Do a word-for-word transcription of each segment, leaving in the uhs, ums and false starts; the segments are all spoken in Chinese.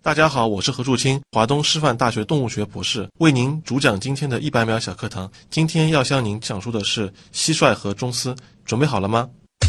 大家好，我是何树清，华东师范大学动物学博士，为您主讲今天的一百秒小课堂。今天要向您讲述的是蟋蟀和螽斯，准备好了吗？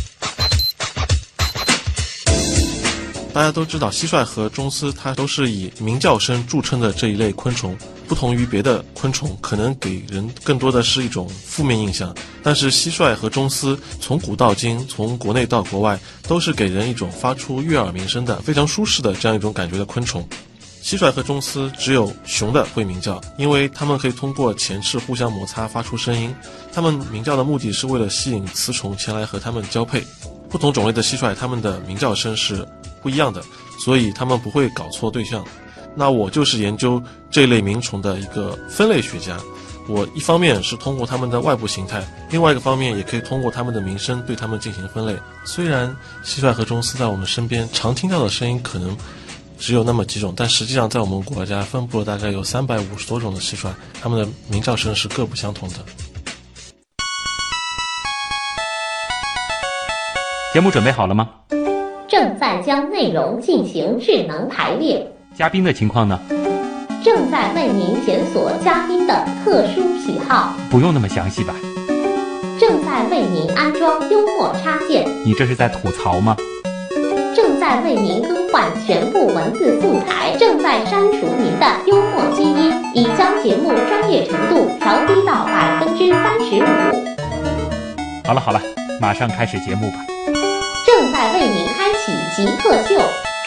大家都知道，蟋蟀和螽斯它都是以鸣叫声著称的这一类昆虫。不同于别的昆虫，可能给人更多的是一种负面印象，但是蟋蟀和螽斯从古到今，从国内到国外，都是给人一种发出悦耳鸣声的非常舒适的这样一种感觉的昆虫。蟋蟀和螽斯只有雄的会鸣叫，因为它们可以通过前翅互相摩擦发出声音。它们鸣叫的目的是为了吸引雌虫前来和它们交配。不同种类的蟋蟀，它们的鸣叫声是不一样的，所以它们不会搞错对象。那我就是研究这类鸣虫的一个分类学家，我一方面是通过它们的外部形态，另外一个方面也可以通过它们的鸣声对它们进行分类。虽然蟋蟀和螽斯在我们身边常听到的声音可能只有那么几种，但实际上在我们国家分布了大概有三百五十多种的蟋蟀，它们的鸣叫声是各不相同的。 节目准备好了吗？ 正在将内容进行智能排列。 嘉宾的情况呢？ 正在为您检索嘉宾的特殊喜好。 不用那么详细吧？ 正在为您安装幽默插件。 你这是在吐槽吗？ 正在为您更换全部文字素材。正在删除您的幽默基因，已将节目专业程度调低到百分之三十五。 好了好了，马上开始节目吧。 正在为您开启极客秀。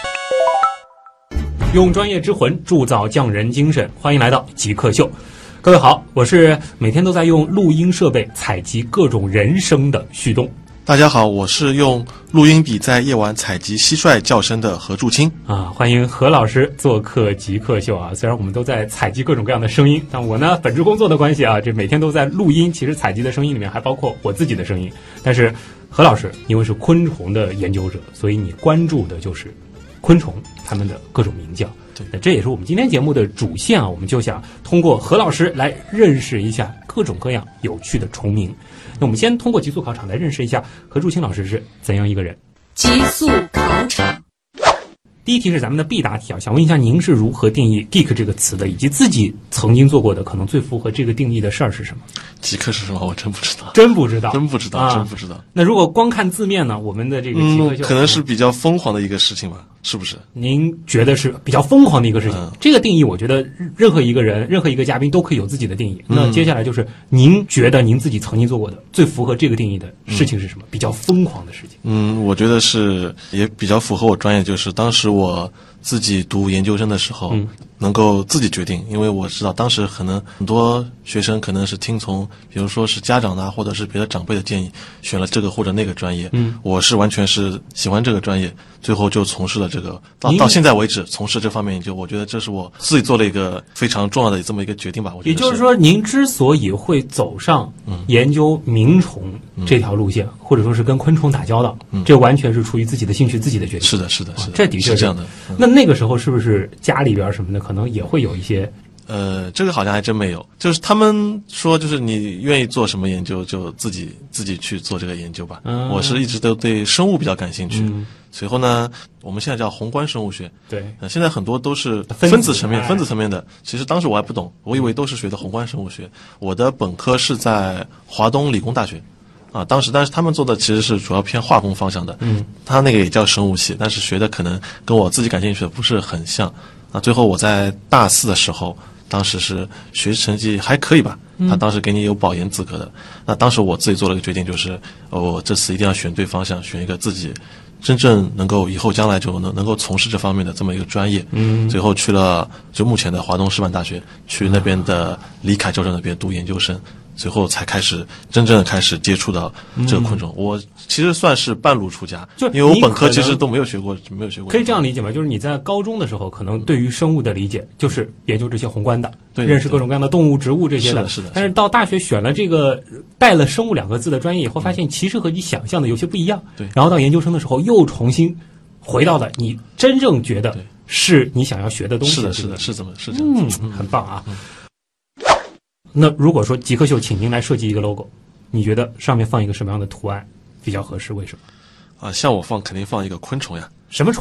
用专业之魂铸造匠人精神，欢迎来到极客秀。各位好，我是每天都在用录音设备采集各种人声的旭东。 大家好，我是用录音笔在夜晚采集蟋蟀叫声的何柱清啊，欢迎何老师做客极客秀啊。虽然我们都在采集各种各样的声音，但我呢本职工作的关系啊，这每天都在录音，其实采集的声音里面还包括我自己的声音。但是何老师因为是昆虫的研究者，所以你关注的就是昆虫它们的各种鸣叫。 对， 那这也是我们今天节目的主线啊，我们就想通过何老师来认识一下各种各样有趣的虫鸣。那我们先通过极速考场来认识一下何柱清老师是怎样一个人。 极速考场。 第一题是咱们的必答题啊，想问一下您是如何定义 geek 这个词的，以及自己曾经做过的可能最符合这个定义的事儿是什么？ geek 是什么？我真不知道， 真不知道， 真不知道， 啊、 真不知道。那如果光看字面呢，我们的这个极客秀、 嗯、可能是比较疯狂的一个事情吧，是不是？ 您觉得是比较疯狂的一个事情、嗯、这个定义我觉得任何一个人任何一个嘉宾都可以有自己的定义、嗯、那接下来就是您觉得您自己曾经做过的最符合这个定义的事情是什么、嗯、比较疯狂的事情？ 嗯，我觉得是也比较符合我专业，就是当时我自己读研究生的时候、嗯、能够自己决定，因为我知道当时可能很多学生可能是听从比如说是家长的或者是别的长辈的建议选了这个或者那个专业，嗯，我是完全是喜欢这个专业，最后就从事了这个，到到现在为止从事这方面研究，我觉得这是我自己做了一个非常重要的这么一个决定吧。我觉得也就是说您之所以会走上研究鸣虫这条路线、嗯、或者说是跟昆虫打交道、嗯、这完全是出于自己的兴趣自己的决定。 是的是的是的、 啊、这的确是, 是这样的、 嗯、那那个时候是不是家里边什么的可能也会有一些呃，这个好像还真没有，就是他们说，就是你愿意做什么研究，就自己自己去做这个研究吧。嗯，我是一直都对生物比较感兴趣。嗯，随后呢，我们现在叫宏观生物学。对，呃，现在很多都是分子层面、分子层面的。其实当时我还不懂，我以为都是学的宏观生物学。我的本科是在华东理工大学。啊，当时但是他们做的其实是主要偏化工方向的。嗯，他那个也叫生物系，但是学的可能跟我自己感兴趣的不是很像。啊，最后我在大四的时候。当时是学习成绩还可以吧，他当时给你有保研资格的、嗯、那当时我自己做了一个决定，就是我这次一定要选对方向，选一个自己真正能够以后将来就能能够从事这方面的这么一个专业。嗯，最后去了就目前的华东师范大学，去那边的李凯教授那边读研究生，随后才开始真正的开始接触到这个昆虫、嗯、我其实算是半路出家，就因为我本科其实都没有学过没有学过。 可以这样理解吗？就是你在高中的时候可能对于生物的理解就是研究这些宏观的，对，认识各种各样的动物植物这些的， 是的是的。 但是到大学选了这个带了生物两个字的专业以后，发现其实和你想象的有些不一样。对，然后到研究生的时候又重新回到了你真正觉得是你想要学的东西。 是的是的是这么是这样子、 嗯、很棒啊、嗯。那如果说极客秀请您来设计一个 logo， 你觉得上面放一个什么样的图案比较合适？为什么？ 啊，像我放肯定放一个昆虫呀。 什么虫？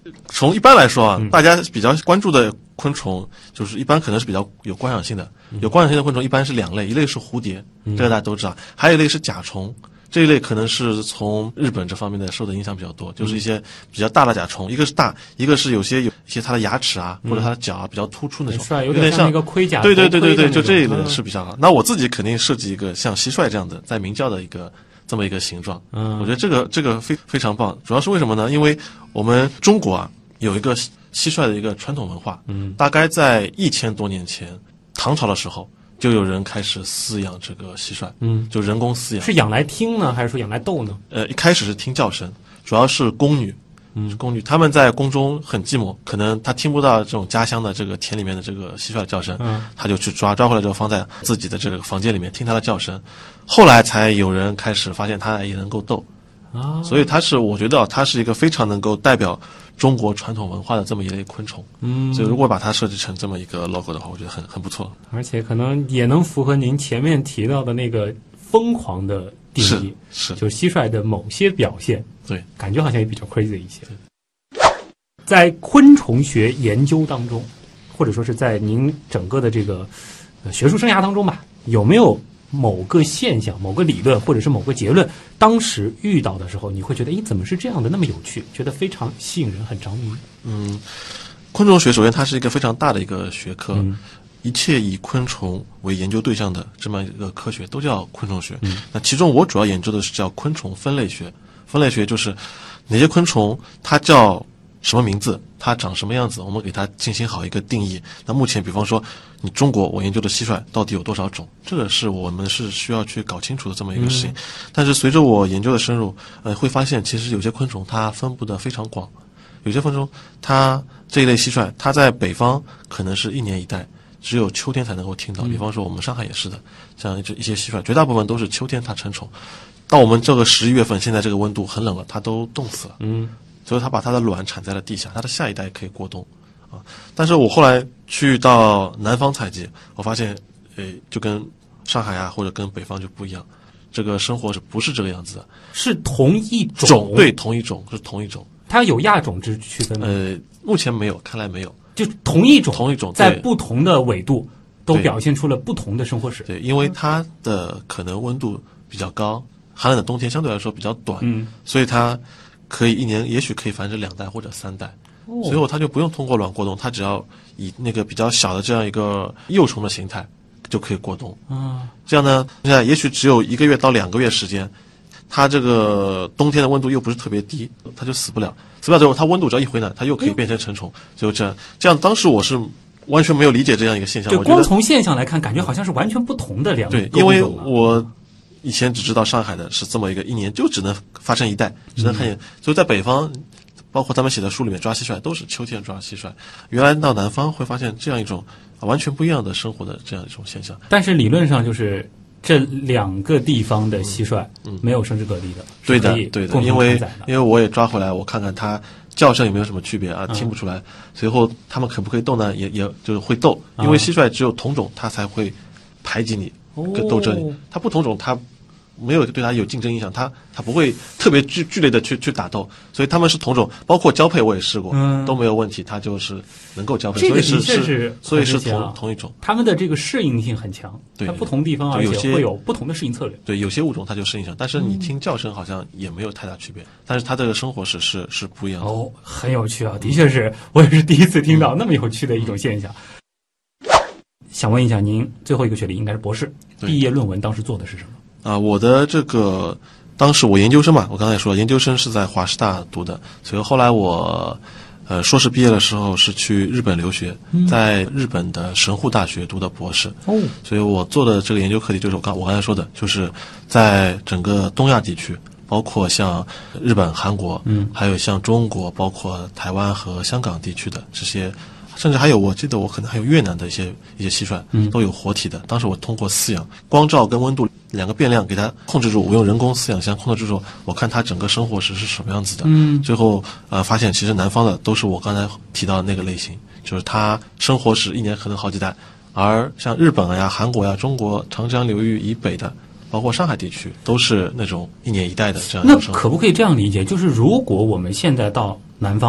从一般来说啊， 嗯大家比较关注的昆虫，就是一般可能是比较有观赏性的。有观赏性的昆虫一般是两类，一类是蝴蝶，这个大家都知道，还有一类是甲虫。这一类可能是从日本这方面的受的影响比较多，就是一些比较大的甲虫，一个是大，一个是有些有一些它的牙齿啊、嗯、或者它的脚啊比较突出那种， 有点像那个盔甲。 对对对对对，就这一类是比较好。嗯、那我自己肯定设计一个像蟋蟀这样的在鸣叫的一个这么一个形状，嗯，我觉得这个这个非非常棒。主要是为什么呢？因为我们中国啊有一个蟋蟀的一个传统文化，嗯，大概在一千多年前唐朝的时候。就有人开始饲养这个蟋蟀，嗯，就人工饲养， 是养来听呢，还是说养来逗呢？ 呃，一开始是听叫声，主要是宫女，嗯，是宫女，她们在宫中很寂寞，可能她听不到这种家乡的这个田里面的这个蟋蟀的叫声，嗯，她就去抓，抓回来之后放在自己的这个房间里面听它的叫声，后来才有人开始发现它也能够逗，啊，所以它是我觉得它是一个非常能够代表中国传统文化的这么一类昆虫，嗯，所以如果把它设计成这么一个 logo 的话，我觉得很很不错， 而且可能也能符合您前面提到的那个疯狂的定义， 是，是就是蟋蟀的某些表现， 对， 感觉好像也比较 crazy 一些。在昆虫学研究当中，或者说是在您整个的这个学术生涯当中吧，有没有某个现象、某个理论或者是某个结论，当时遇到的时候，你会觉得，诶，怎么是这样的，那么有趣，觉得非常吸引人，很着迷？ 嗯，昆虫学首先它是一个非常大的一个学科，嗯、一切以昆虫为研究对象的这么一个科学都叫昆虫学。嗯、那其中我主要研究的是叫昆虫分类学，分类学就是哪些昆虫它叫什么名字，它长什么样子，我们给它进行好一个定义。那目前比方说你中国我研究的蟋蟀到底有多少种，这个是我们是需要去搞清楚的这么一个事情。嗯、但是随着我研究的深入，呃，会发现其实有些昆虫它分布的非常广，有些昆虫它这一类蟋蟀它在北方可能是一年一代，只有秋天才能够听到。比方说我们上海也是的，像一些蟋蟀绝大部分都是秋天它成虫，到我们这个十一月份现在这个温度很冷了，它都冻死了。嗯。所以它把它的卵产在了地下，它的下一代可以过冬，啊！但是我后来去到南方采集，我发现，诶，就跟上海啊或者跟北方就不一样，这个生活是不是这个样子的？ 是同一种， 种对，同一种是同一种。 它有亚种之区分吗？ 呃，目前没有，看来没有。 就同一种， 同一种， 在不同的纬度都表现出了不同的生活史。 对，因为它的可能温度比较高，寒冷的冬天相对来说比较短，嗯，所以它可以一年也许可以繁殖两代或者三代，哦、所以它就不用通过卵过冬，它只要以那个比较小的这样一个幼虫的形态就可以过冬。啊，这样呢，现在也许只有一个月到两个月时间，它这个冬天的温度又不是特别低，它就死不了。死不了之后，它温度只要一回暖，它又可以变成成虫，就这样。这样当时我是完全没有理解这样一个现象。 就光从现象来看，感觉好像是完全不同的两个对，因为我以前只知道上海的是这么一个，一年就只能发生一代，只能看见。嗯、所以在北方，包括他们写的书里面抓蟋蟀都是秋天抓蟋蟀。原来到南方会发现这样一种完全不一样的生活的这样一种现象。 但是理论上就是这两个地方的蟋蟀没有生殖隔离的。 嗯、对的，对的，因为因为我也抓回来，我看看它叫声有没有什么区别啊，听不出来。嗯、随后它们可不可以斗呢？也也就是会斗，因为蟋蟀只有同种它才会排挤你，跟斗争你。它不同种它没有对它有竞争影响，它它不会特别剧剧烈的去去打斗，所以他们是同种，包括交配我也试过，嗯、都没有问题，它就是能够交配， 这个所以是是所以是同同一种。 他们的这个适应性很强， 对， 它不同地方而且会有不同的适应策略。 对，有些物种它就适应上，但是你听叫声好像也没有太大区别，嗯、但是它这个生活史是是不一样的。 哦，很有趣啊，的确是我也是第一次听到那么有趣的一种现象。嗯、想问一下，您最后一个学历应该是博士，毕业论文当时做的是什么？ 啊，我的这个当时我研究生嘛，我刚才也说研究生是在华师大读的，所以后来我呃硕士毕业的时候是去日本留学，嗯、在日本的神户大学读的博士。哦，所以我做的这个研究课题就是我刚我刚才说的，就是在整个东亚地区，包括像日本、韩国，嗯，还有像中国，包括台湾和香港地区的这些。甚至还有，我记得我可能还有越南的一些一些蟋蟀，嗯，都有活体的。当时我通过饲养，光照跟温度两个变量给它控制住，我用人工饲养箱控制住之后，我看它整个生活史是什么样子的。嗯，最后呃发现，其实南方的都是我刚才提到的那个类型，就是它生活史一年可能好几代，而像日本呀、韩国呀、中国长江流域以北的，包括上海地区，都是那种一年一代的这样一种生活。 那可不可以这样理解？就是如果我们现在到南方。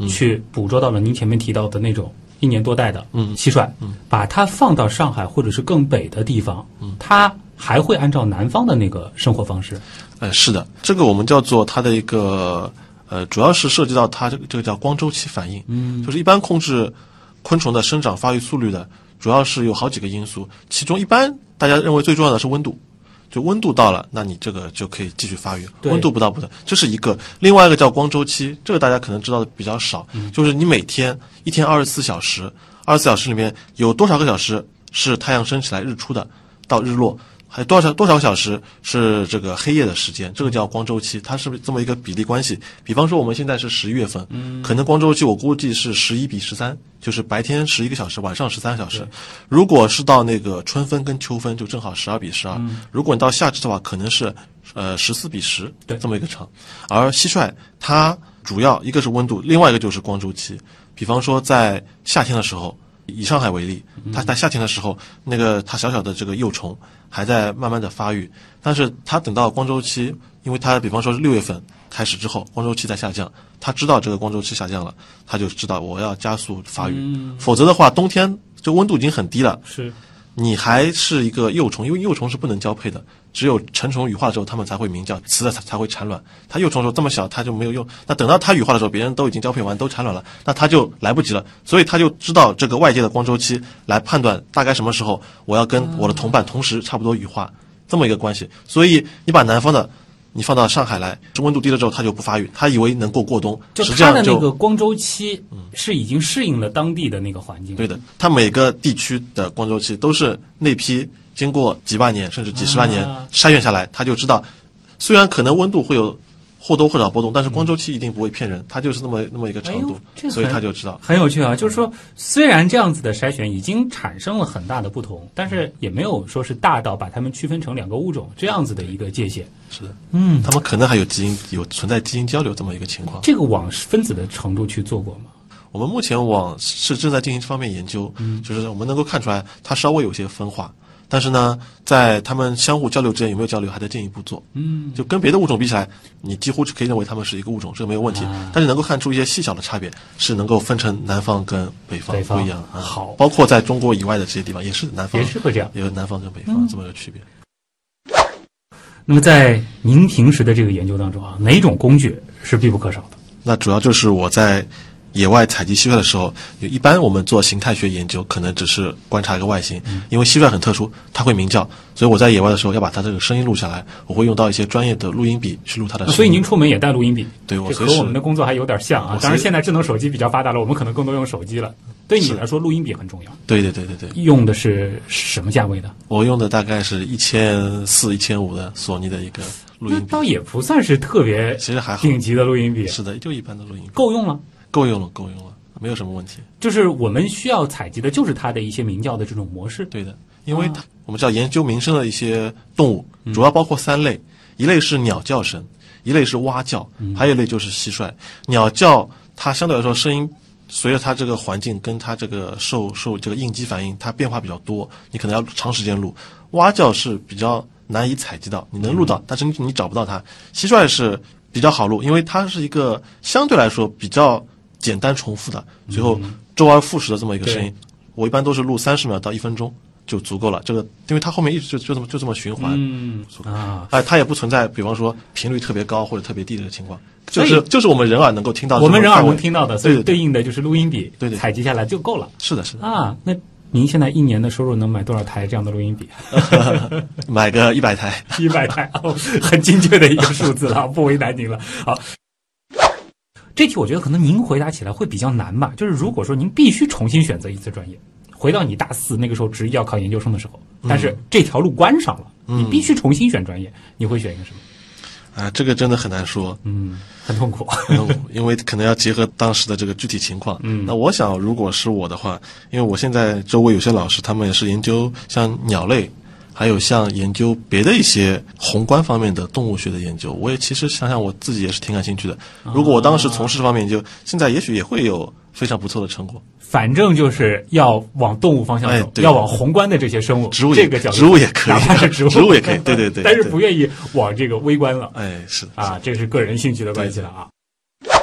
去捕捉到了您前面提到的那种一年多代的蟋蟀， 嗯， 把它放到上海或者是更北的地方，嗯，它还会按照南方的那个生活方式。 呃，是的，这个我们叫做它的一个呃，主要是涉及到它这个这个叫光周期反应，嗯，就是一般控制昆虫的生长发育速率的，主要是有好几个因素，其中一般大家认为最重要的是温度。就温度到了，那你这个就可以继续发育。温度不到不得，这是一个。另外一个叫光周期，这个大家可能知道的比较少，嗯、就是你每天一天二十四小时，二十四小时里面有多少个小时是太阳升起来日出的，到日落，还有多少多少个小时是这个黑夜的时间，这个叫光周期，它是这么一个比例关系。比方说我们现在是十一月份，嗯，可能光周期我估计是十一比十三。就是白天十一个小时，晚上十三小时。如果是到那个春分跟秋分，就正好十二比十二。如果你到夏至的话，可能是呃十四比十，对，这么一个长。而蟋蟀它主要一个是温度，另外一个就是光周期。比方说在夏天的时候，以上海为例，它在夏天的时候，那个它小小的这个幼虫还在慢慢的发育，但是它等到光周期，因为它比方说是六月份开始之后，光周期在下降，它知道这个光周期下降了，它就知道我要加速发育，嗯、否则的话，冬天这温度已经很低了， 是， 你还是一个幼虫，因为幼虫是不能交配的，只有成虫羽化之后，它们才会鸣叫，雌的才会产卵。它幼虫的时候这么小，它就没有用。那等到它羽化的时候，别人都已经交配完，都产卵了，那它就来不及了。所以它就知道这个外界的光周期来判断大概什么时候我要跟我的同伴同时差不多羽化，这么一个关系。所以你把南方的你放到上海来，温度低了之后，它就不发育，它以为能够过冬， 就实际上它的那个光周期是已经适应了当地的那个环境。 对的，它每个地区的光周期都是那批经过几万年甚至几十万年筛选下来，它就知道，虽然可能温度会有或多或少波动，但是光周期一定不会骗人，它就是那么那么一个长度， 哎、 所以他就知道很有趣啊。就是说，虽然这样子的筛选已经产生了很大的不同，但是也没有说是大到把它们区分成两个物种这样子的一个界限。 是的，嗯，他们可能还有基因有存在基因交流这么一个情况。 这个往分子的程度去做过吗？ 我们目前往是正在进行这方面研究，嗯，就是我们能够看出来它稍微有些分化。但是呢，在他们相互交流之间有没有交流，还在进一步做。嗯，就跟别的物种比起来，你几乎是可以认为它们是一个物种，这个没有问题。啊、但是能够看出一些细小的差别，是能够分成南方跟北方不一样。啊、 好， 包括在中国以外的这些地方，也是南方也是会这样， 也有南方跟北方、嗯、这么个区别。 那么在您平时的这个研究当中啊，哪种工具是必不可少的？ 那主要就是我在野外采集蟋蟀的时候，一般我们做形态学研究，可能只是观察一个外形，嗯、因为蟋蟀很特殊，它会鸣叫，所以我在野外的时候要把它这个声音录下来，我会用到一些专业的录音笔去录它的声音。 所以您出门也带录音笔？ 对，我这和我们的工作还有点像啊。当然，现在智能手机比较发达了，我们可能更多用手机了。对你来说，录音笔很重要。 对对对对对。 用的是什么价位的？ 我用的大概是一千四、一千五的索尼的一个录音笔。 那倒也不算是特别， 其实还好， 顶级的录音笔。 是的，就一般的录音笔。 够用了。 够用了，够用了。没有什么问题， 就是我们需要采集的就是它的一些鸣叫的这种模式。 对的，因为它、啊、我们知道研究鸣声的一些动物，主要包括三类，嗯、一类是鸟叫声，一类是蛙叫，嗯、还有一类就是蟋蟀。鸟叫它相对来说声音随着它这个环境跟它这个受受这个应激反应，它变化比较多，你可能要长时间录。蛙叫是比较难以采集到，你能录到，嗯、但是你你找不到它。蟋蟀是比较好录，因为它是一个相对来说比较简单重复的，最后周而复始的这么一个声音，嗯、我一般都是录三十秒到一分钟就足够了。这个，因为它后面一直就就这么就这么循环， 嗯啊， 哎，它也不存在，比方说频率特别高或者特别低的情况，就是就是我们人耳能够听到的， 我们人耳能听到的，所以对对应的就是录音笔， 对对， 采集下来就够了。 是的，是的啊，那您现在一年的收入能买多少台这样的录音笔？ 买个一百台， 一百台，哦，很精确的一个数字了，不为难您了。好。这题我觉得可能您回答起来会比较难吧，就是如果说您必须重新选择一次专业，回到你大四那个时候执意要考研究生的时候，但是这条路关上了，嗯、你必须重新选专业，你会选一个什么？ 啊，这个真的很难说， 嗯，很痛苦， 很痛苦，因为可能要结合当时的这个具体情况。 嗯， 那我想，如果是我的话，因为我现在周围有些老师，他们也是研究像鸟类。还有像研究别的一些宏观方面的动物学的研究，我也其实想想我自己也是挺感兴趣的。如果我当时从事这方面研究，现在也许也会有非常不错的成果。 反正就是要往动物方向走， 哎、 要往宏观的这些生物， 植物这个角度， 植物也可以， 哪怕是植物， 植物也可以，对对对。 但是不愿意往这个微观了。 哎，是的啊，这是个人兴趣的关系了啊。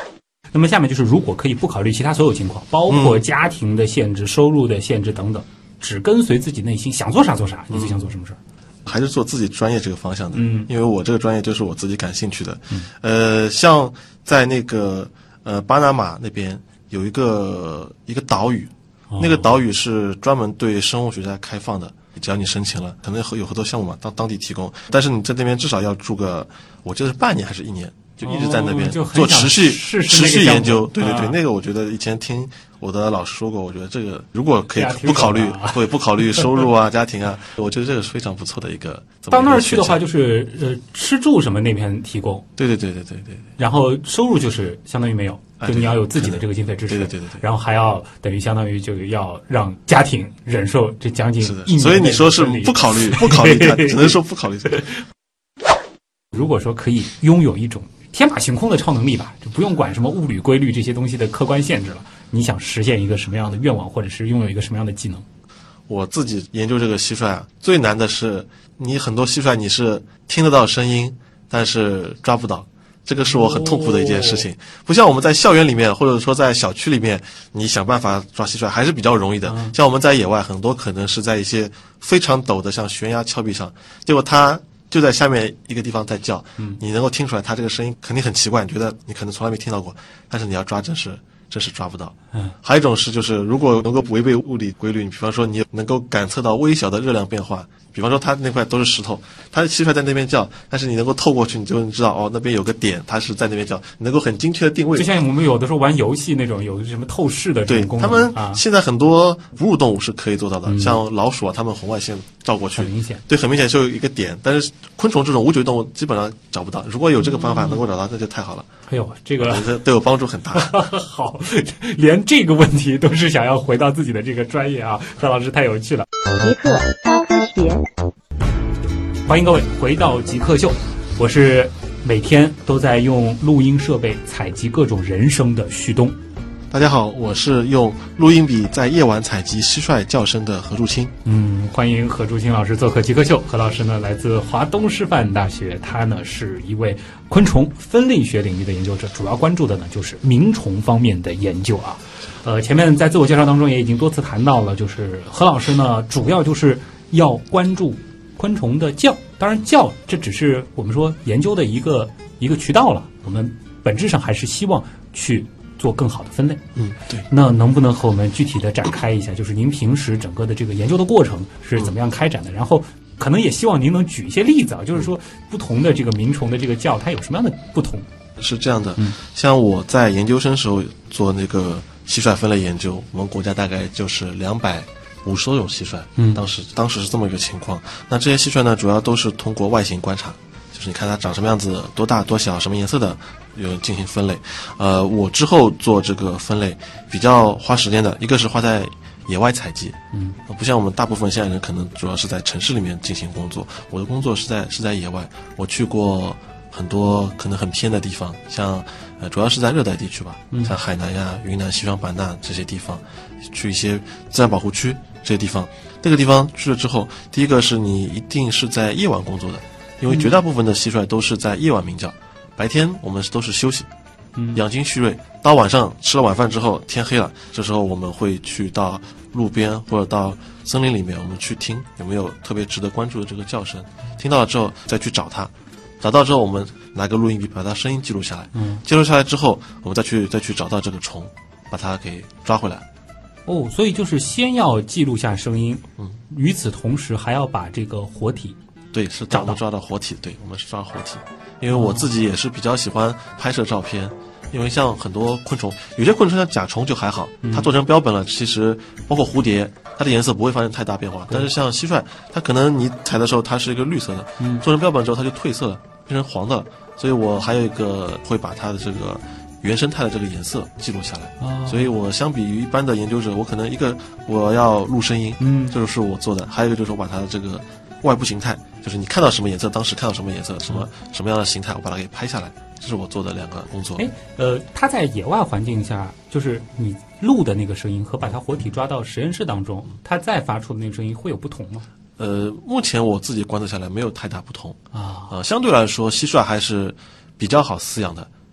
那么下面就是，如果可以不考虑其他所有情况，包括家庭的限制、嗯、收入的限制等等，只跟随自己内心想做啥做啥，你最想做什么事儿？ 还是做自己专业这个方向的， 嗯， 因为我这个专业就是我自己感兴趣的。嗯，呃，像在那个呃巴拿马那边有一个一个岛屿，哦、那个岛屿是专门对生物学家开放的。只要你申请了，可能有合作项目嘛，当当地提供，但是你在那边至少要住个，我记得是半年还是一年，就一直在那边、哦、做持续试试持续研究。对对对、 啊， 那个我觉得以前听我的老师说过，我觉得这个如果可以不考虑，对不考虑收入啊、家庭啊，我觉得这个是非常不错的一个。 到那儿去的话，就是呃吃住什么那边提供。 对对对对对对。 然后收入就是相当于没有。就你要有自己的这个经费支持， 对对对对， 然后还要等于相当于就要让家庭忍受这将近一年， 所以你说是不考虑不考虑它，只能说不考虑这个。 如果说可以拥有一种天马行空的超能力吧，就不用管什么物理规律这些东西的客观限制了，你想实现一个什么样的愿望，或者是拥有一个什么样的技能？ 我自己研究这个蟋蟀啊，最难的是你很多蟋蟀你是听得到声音，但是抓不到。这个是我很痛苦的一件事情，不像我们在校园里面或者说在小区里面，你想办法抓蟋蟀还是比较容易的。像我们在野外，很多可能是在一些非常陡的像悬崖峭壁上，结果它就在下面一个地方在叫，你能够听出来它这个声音肯定很奇怪，你觉得你可能从来没听到过，但是你要抓真是真是抓不到。嗯，还有一种是就是如果能够违背物理规律，你比方说你能够感测到微小的热量变化，比方说它那块都是石头，它的蟋蟀在那边叫，但是你能够透过去，你就能知道哦，那边有个点，它是在那边叫，你能够很精确的定位。 就像我们有的时候玩游戏那种，有什么透视的这种功能。 对，他们现在很多哺乳动物是可以做到的，嗯、像老鼠啊，它们红外线照过去， 很明显。 对，很明显就有一个点，但是昆虫这种无脊椎动物基本上找不到。如果有这个方法能够找到，那就太好了。 哎呦，这个对我帮助很大。 好，连这个问题都是想要回到自己的这个专业啊，张老师太有趣了。 极客高科学。 欢迎各位回到极客秀，我是每天都在用录音设备采集各种人声的旭东。 大家好，我是用录音笔在夜晚采集蟋蟀叫声的何柱清。 嗯，欢迎何柱清老师做客极客秀。何老师呢，来自华东师范大学，他呢是一位昆虫分类学领域的研究者，主要关注的呢就是鸣虫方面的研究啊。呃，前面在自我介绍当中也已经多次谈到了，就是何老师呢主要就是要关注昆虫的叫，当然叫这只是我们说研究的一个一个渠道了，我们本质上还是希望去做更好的分类。 嗯，对。 那能不能和我们具体的展开一下，就是您平时整个的这个研究的过程是怎么样开展的？嗯、然后可能也希望您能举一些例子啊，就是说不同的这个鸣虫的这个叫，它有什么样的不同？ 是这样的，嗯，像我在研究生时候做那个蟋蟀分类研究，我们国家大概就是两百五十多种蟋蟀，嗯，当时当时是这么一个情况。那这些蟋蟀呢，主要都是通过外形观察，就是你看它长什么样子，多大多小，什么颜色的，有进行分类。呃，我之后做这个分类比较花时间的，一个是花在野外采集，嗯，不像我们大部分现在人可能主要是在城市里面进行工作，我的工作是在是在野外，我去过很多可能很偏的地方，像呃主要是在热带地区吧，嗯、像海南呀、云南、西双版纳这些地方，去一些自然保护区这些地方。那个地方去了之后，第一个是你一定是在夜晚工作的，因为绝大部分的蟋蟀都是在夜晚鸣叫，白天我们都是休息，嗯，养精蓄锐。到晚上吃了晚饭之后，天黑了，这时候我们会去到路边或者到森林里面，我们去听有没有特别值得关注的这个叫声，听到了之后再去找它。找到之后，我们拿个录音笔把它声音记录下来。嗯，记录下来之后，我们再去再去找到这个虫，把它给抓回来。 哦，所以就是先要记录下声音，嗯，与此同时还要把这个活体， 对，是找到抓到活体，对，我们是抓活体。因为我自己也是比较喜欢拍摄照片，因为像很多昆虫，有些昆虫像甲虫就还好，嗯、它做成标本了，其实包括蝴蝶，它的颜色不会发生太大变化。但是像蟋蟀，它可能你采的时候它是一个绿色的，嗯，做成标本之后它就褪色了，变成黄的了。所以我还有一个会把它的这个原生态的这个颜色记录下来。哦、所以我相比于一般的研究者，我可能一个我要录声音，嗯，这就是我做的；还有一个就是我把它的这个外部形态，就是你看到什么颜色，当时看到什么颜色，什么什么样的形态，我把它给拍下来，这是我做的两个工作。 哎，呃，它在野外环境下，就是你录的那个声音和把它活体抓到实验室当中，它再发出的那个声音会有不同吗？ 呃，目前我自己观测下来没有太大不同啊。呃，相对来说，蟋蟀还是比较好饲养的。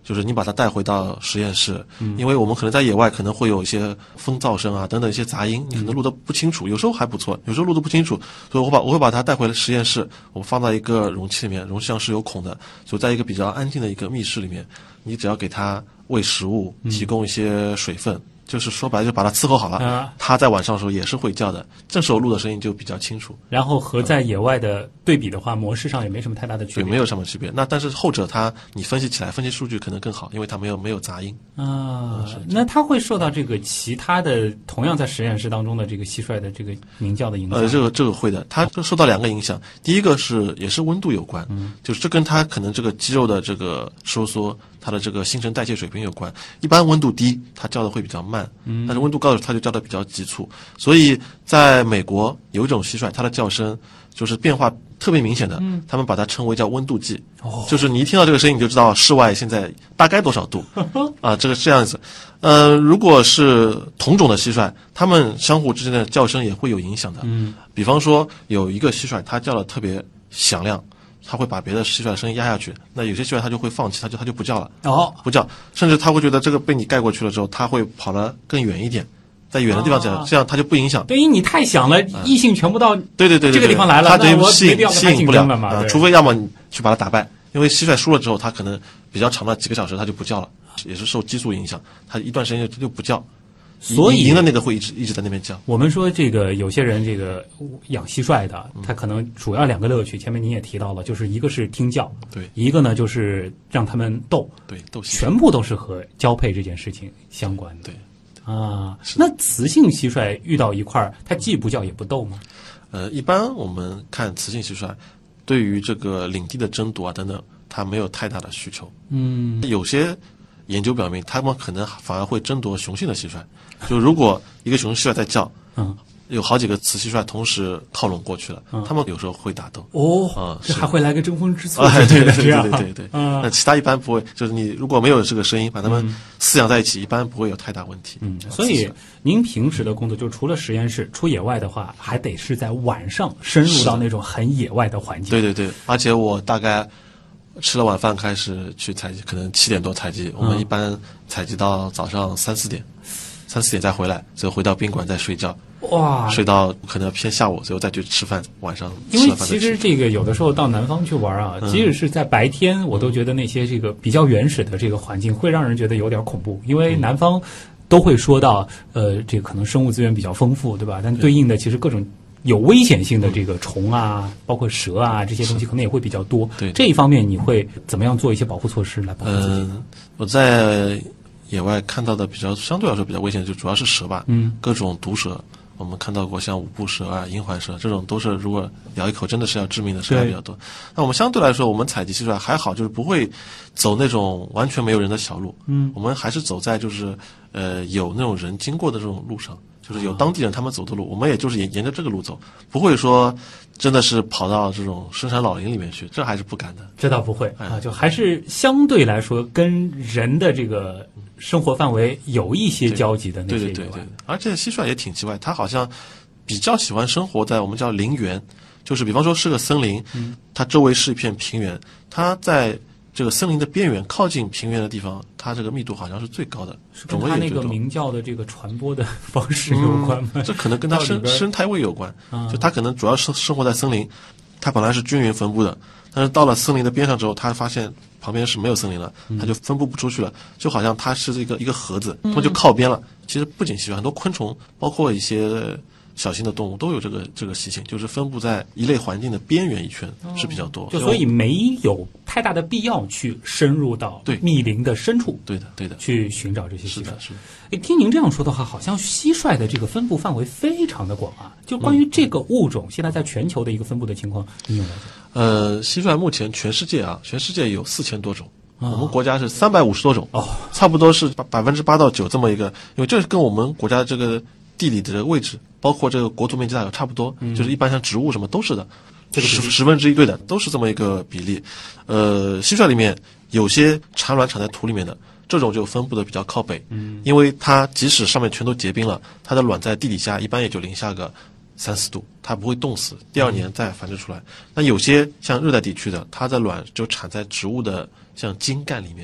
就是你把它带回到实验室，嗯、因为我们可能在野外可能会有一些风噪声啊等等一些杂音，你可能录得不清楚，有时候还不错，有时候录得不清楚，所以我把我会把它带回实验室，我放在一个容器里面，容器上是有孔的，所以在一个比较安静的一个密室里面，你只要给它喂食物，提供一些水分。嗯就是说白了，就把它伺候好了。啊，它在晚上的时候也是会叫的，这时候录的声音就比较清楚。 然后和在野外的对比的话，嗯、模式上也没什么太大的区别。 对，没有什么区别。那但是后者它你分析起来，分析数据可能更好，因为它没有没有杂音。 啊，那它会受到这个其他的同样在实验室当中的这个蟋蟀的这个鸣叫的影响？ 呃，这个这个会的，它就受到两个影响。第一个是也是温度有关，嗯，就是这跟它可能这个肌肉的这个收缩。它的这个新陈代谢水平有关，一般温度低，它叫的会比较慢，嗯，但是温度高的时候，它就叫的比较急促。所以在美国有一种蟋蟀，它的叫声就是变化特别明显的，嗯，他们把它称为叫温度计，哦，就是你一听到这个声音，你就知道室外现在大概多少度，啊，这个是这样子。呃，如果是同种的蟋蟀，它们相互之间的叫声也会有影响的，嗯，比方说有一个蟋蟀，它叫的特别响亮。它会把别的蟋蟀的声音压下去，那有些蟋蟀它就会放弃，它就它就不叫了，哦，不叫，甚至它会觉得这个被你盖过去了之后，它会跑得更远一点，在远的地方讲，这样它就不影响。 对于你太响了，异性全部到对对对这个地方来了， 它等于吸引吸引不了了嘛， 除非要么你去把它打败，因为蟋蟀输了之后，它可能比较长的几个小时它就不叫了，也是受激素影响，它一段时间就就不叫。 所以赢的那个会一直一直在那边叫。 我们说这个有些人这个养蟋蟀的，他可能主要两个乐趣，前面您也提到了，就是一个是听叫， 对， 一个呢就是让他们斗， 对，斗， 全部都是和交配这件事情相关的。 对， 啊，那雌性蟋蟀遇到一块儿，它既不叫也不斗吗？ 呃，一般我们看雌性蟋蟀，对于这个领地的争夺啊等等，它没有太大的需求。嗯，有些研究表明，它们可能反而会争夺雄性的蟋蟀。就如果一个雄蟋蟀在叫，嗯，有好几个雌蟋蟀同时靠拢过去了，嗯，它们有时候会打斗。 哦，啊、嗯，这还会来个争风吃醋。 哎，对对对对对对。嗯，那其他一般不会，就是你如果没有这个声音，把它们饲养在一起，嗯、一般不会有太大问题。 嗯，所以您平时的工作，就除了实验室，出野外的话，还得是在晚上深入到那种很野外的环境。 对对对，而且我大概吃了晚饭开始去采集，可能七点多采集，我们一般采集到早上三四点。三四点再回来，最后回到宾馆再睡觉。哇，睡到可能偏下午，最后再去吃饭。晚上因为其实这个有的时候到南方去玩啊，嗯、即使是在白天，我都觉得那些这个比较原始的这个环境会让人觉得有点恐怖，因为南方都会说到，呃，这个可能生物资源比较丰富，对吧？但对应的其实各种有危险性的这个虫啊，包括蛇啊这些东西，可能也会比较多。对这一方面，你会怎么样做一些保护措施来保护自己？ 嗯，我在野外看到的比较相对来说比较危险的就主要是蛇吧，嗯，各种毒蛇，我们看到过像五步蛇啊、银环蛇这种都是如果咬一口真的是要致命的蛇比较多。那我们相对来说，我们采集蟋蟀还好，就是不会走那种完全没有人的小路，嗯，我们还是走在就是呃有那种人经过的这种路上，就是有当地人他们走的路，我们也就是沿沿着这个路走，不会说真的是跑到这种深山老林里面去，这还是不敢的。 这倒不会啊，就还是相对来说跟人的这个生活范围有一些交集的那些。 对对对对，而且蟋蟀也挺奇怪，它好像比较喜欢生活在我们叫林园，就是比方说是个森林，嗯，它周围是一片平原，它在这个森林的边缘靠近平原的地方，它这个密度好像是最高的， 是跟它那个鸣叫的这个传播的方式有关吗？ 嗯、这可能跟它生生态位有关，嗯、就它可能主要是生活在森林，它本来是均匀分布的，但是到了森林的边上之后，它发现旁边是没有森林了，它就分布不出去了，就好像它是一个一个盒子，它就靠边了。其实不仅蟋蟀，很多昆虫，包括一些小型的动物都有这个这个习性，就是分布在一类环境的边缘一圈是比较多， 就所以没有太大的必要去深入到密林的深处， 对的对的， 去寻找这些蟋蟀。是的，是的。 哎，听您这样说的话，好像蟋蟀的这个分布范围非常的广啊。就关于这个物种，嗯、现在在全球的一个分布的情况，你有了解？ 呃，蟋蟀目前全世界啊，全世界有四千多种。我们国家是三百五十多种，哦，差不多是百分之八到九这么一个，因为这是跟我们国家这个地理的这个位置，包括这个国土面积大小差不多，嗯、就是一般像植物什么都是的，这个十十分之一对的，都是这么一个比例。呃，蟋蟀里面有些产卵产在土里面的，这种就分布的比较靠北，嗯，因为它即使上面全都结冰了，它的卵在地底下一般也就零下个三四度，它不会冻死，第二年再繁殖出来。那有些像热带地区的，它的卵就产在植物的像茎干里面，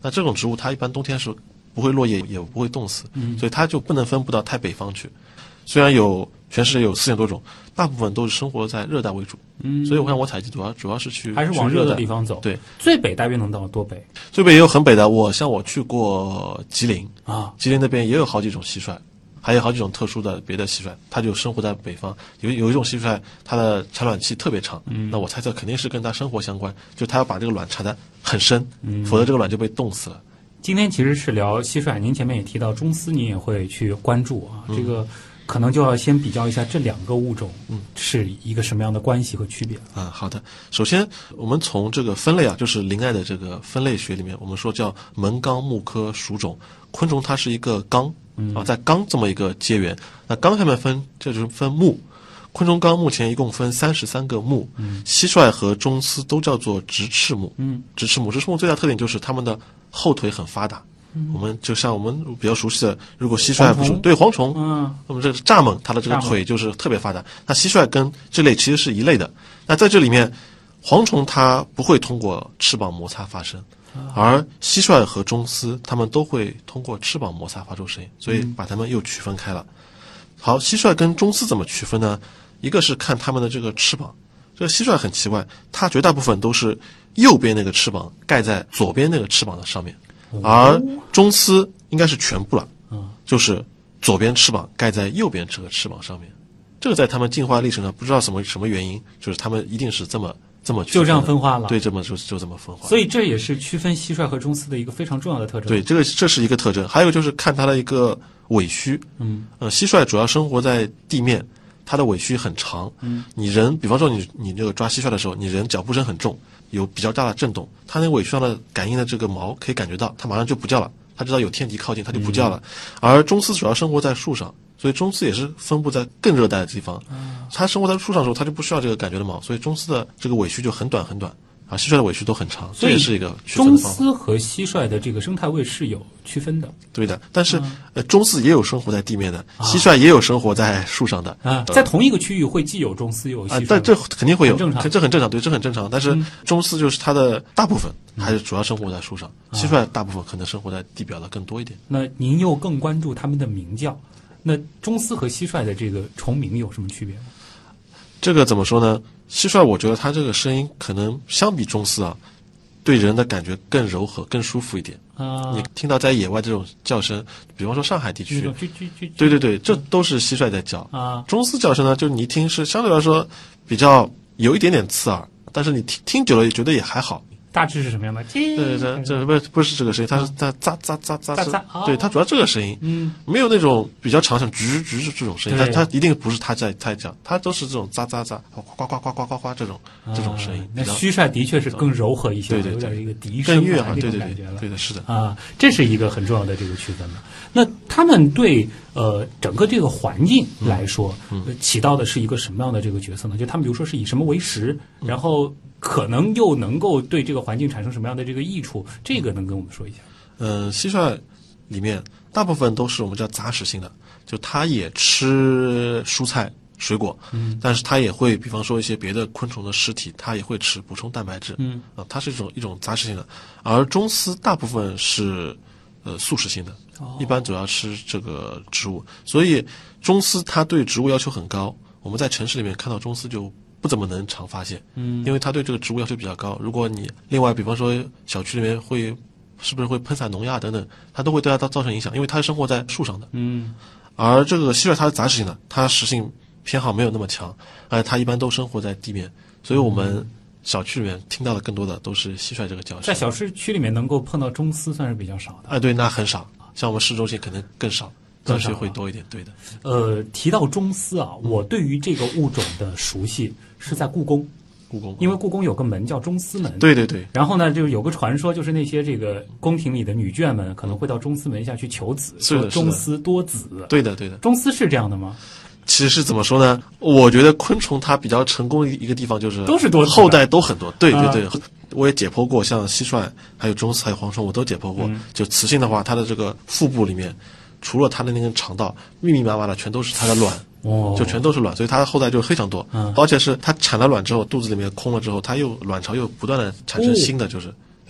那这种植物它一般冬天是不会落叶，也不会冻死，嗯、所以它就不能分布到太北方去。虽然有全世界有四千多种，大部分都是生活在热带为主。嗯，所以我看我采集主要主要是去还是往热的地方走。 对， 最北大约能到多北？ 最北也有很北的，我像我去过吉林啊， 吉林那边也有好几种蟋蟀，还有好几种特殊的别的蟋蟀，它就生活在北方。有有一种蟋蟀，它的产卵期特别长，嗯，那我猜测肯定是跟它生活相关，就它要把这个卵产得很深，嗯，否则这个卵就被冻死了。 今天其实是聊蟋蟀，您前面也提到中丝，您也会去关注啊，嗯、这个。可能就要先比较一下这两个物种，嗯，是一个什么样的关系和区别啊？好的，首先我们从这个分类啊，就是林爱的这个分类学里面，我们说叫门纲目科属种，昆虫它是一个纲、嗯、啊，在纲这么一个阶元，那纲下面分，这就是分目。昆虫纲目前一共分三十三个目，嗯，蟋蟀和中丝都叫做直翅目，嗯，直翅目，直翅目最大特点就是它们的后腿很发达。我们就像我们比较熟悉的，如果蟋蟀不是对蝗虫，嗯，那么这个蚱蜢它的这个腿就是特别发达。那蟋蟀跟这类其实是一类的。那在这里面，蝗虫它不会通过翅膀摩擦发声，而蟋蟀和中丝它们都会通过翅膀摩擦发出声音，所以把它们又区分开了。好，蟋蟀跟中丝怎么区分呢？一个是看它们的这个翅膀。这个蟋蟀很奇怪，它绝大部分都是右边那个翅膀盖在左边那个翅膀的上面。而中丝应该是全部了，就是左边翅膀盖在右边这个翅膀上面。这个在他们进化历程上不知道什么什么原因，就是他们一定是这么这么区分就这样分化了。 对，这么就就这么分化。 所以这也是区分蟋蟀和中丝的一个非常重要的特征。 对，这个这是一个特征。还有就是看它的一个尾须，嗯，呃，蟋蟀主要生活在地面，它的尾须很长。嗯，你人，比方说你你这个抓蟋蟀的时候，你人脚步声很重。有比较大的震动，它那个尾须上的感应的这个毛可以感觉到，它马上就不叫了，它知道有天敌靠近，它就不叫了。嗯、而中丝主要生活在树上，所以中丝也是分布在更热带的地方。嗯、它生活在树上的时候，它就不需要这个感觉的毛，所以中丝的这个尾须就很短很短。啊，蟋蟀的尾须都很长，这也是一个区分的方法。 中丝和蟋蟀的这个生态位是有区分的， 对的。但是，嗯、呃，中丝也有生活在地面的，啊、蟋蟀也有生活在树上的。 啊，在同一个区域会既有中丝又有蟋蟀，啊， 但这肯定会有， 很正常， 这很正常，对，这很正常。但是中丝就是它的大部分还是主要生活在树上，嗯、蟋蟀大部分可能生活在地表的更多一点。 那您又更关注它们的鸣叫，那中丝和蟋蟀的这个虫鸣有什么区别吗？ 这个怎么说呢？蟋蟀我觉得它这个声音可能相比中丝啊。对人的感觉更柔和、更舒服一点。啊，你听到在野外这种叫声，比方说上海地区，对对对，这都是蟋蟀在叫。啊，中丝叫声呢，就是你一听是相对来说比较有一点点刺耳，但是你听听久了也觉得也还好。 大致是什么样的？ 对对对，这不不是这个声音，它是它喳喳喳喳喳，对，它主要这个声音，嗯，没有那种比较长像吱吱这种声音，它它一定不是它在在讲，它都是这种喳喳喳，呱呱呱呱呱呱呱这种这种声音。 那蟋蟀的确是更柔和一些， 对对， 有点一个笛声啊这种感觉了。 对的，是的啊，这是一个很重要的这个区分了。那他们对呃整个这个环境来说，起到的是一个什么样的这个角色呢？就他们比如说是以什么为食，然后。可能又能够对这个环境产生什么样的这个益处？这个能跟我们说一下？ 呃，蟋蟀里面大部分都是我们叫杂食性的，就它也吃蔬菜、水果，嗯，但是它也会，比方说一些别的昆虫的尸体，它也会吃，补充蛋白质，嗯，啊、呃，它是一种一种杂食性的。而中丝大部分是呃素食性的，哦、一般主要吃这个植物，所以中丝它对植物要求很高。我们在城市里面看到中丝就。不怎么能常发现，嗯，因为它对这个植物要求比较高。如果你另外，比方说小区里面会是不是会喷洒农药等等，它都会对它造成影响，因为它是生活在树上的，嗯。而这个蟋蟀它是杂食性的，它食性偏好没有那么强，而它一般都生活在地面，所以我们小区里面听到的更多的都是蟋蟀这个叫声。 在小市区里面能够碰到中丝算是比较少的， 哎，对，那很少，像我们市中心可能更少。小区会多一点，对的。 呃，提到中丝啊，嗯、我对于这个物种的熟悉是在故宫， 故宫， 因为故宫有个门叫中丝门， 对对对。 然后呢，就有个传说，就是那些这个宫廷里的女眷们可能会到中丝门下去求子， 说中丝多子。 对的对的。 中丝是这样的吗？ 其实是怎么说呢？我觉得昆虫它比较成功的一个地方就是都是多子， 后代都很多。对对对。啊我也解剖过，像蟋蟀、还有中丝、还有蝗虫，我都解剖过。嗯、就雌性的话，它的这个腹部里面。除了它的那根肠道，密密麻麻的全都是它的卵，哦，就全都是卵，所以它的后代就非常多。嗯，而且是它产了卵之后，肚子里面空了之后，它又卵巢又不断的产生新的，就是、哦、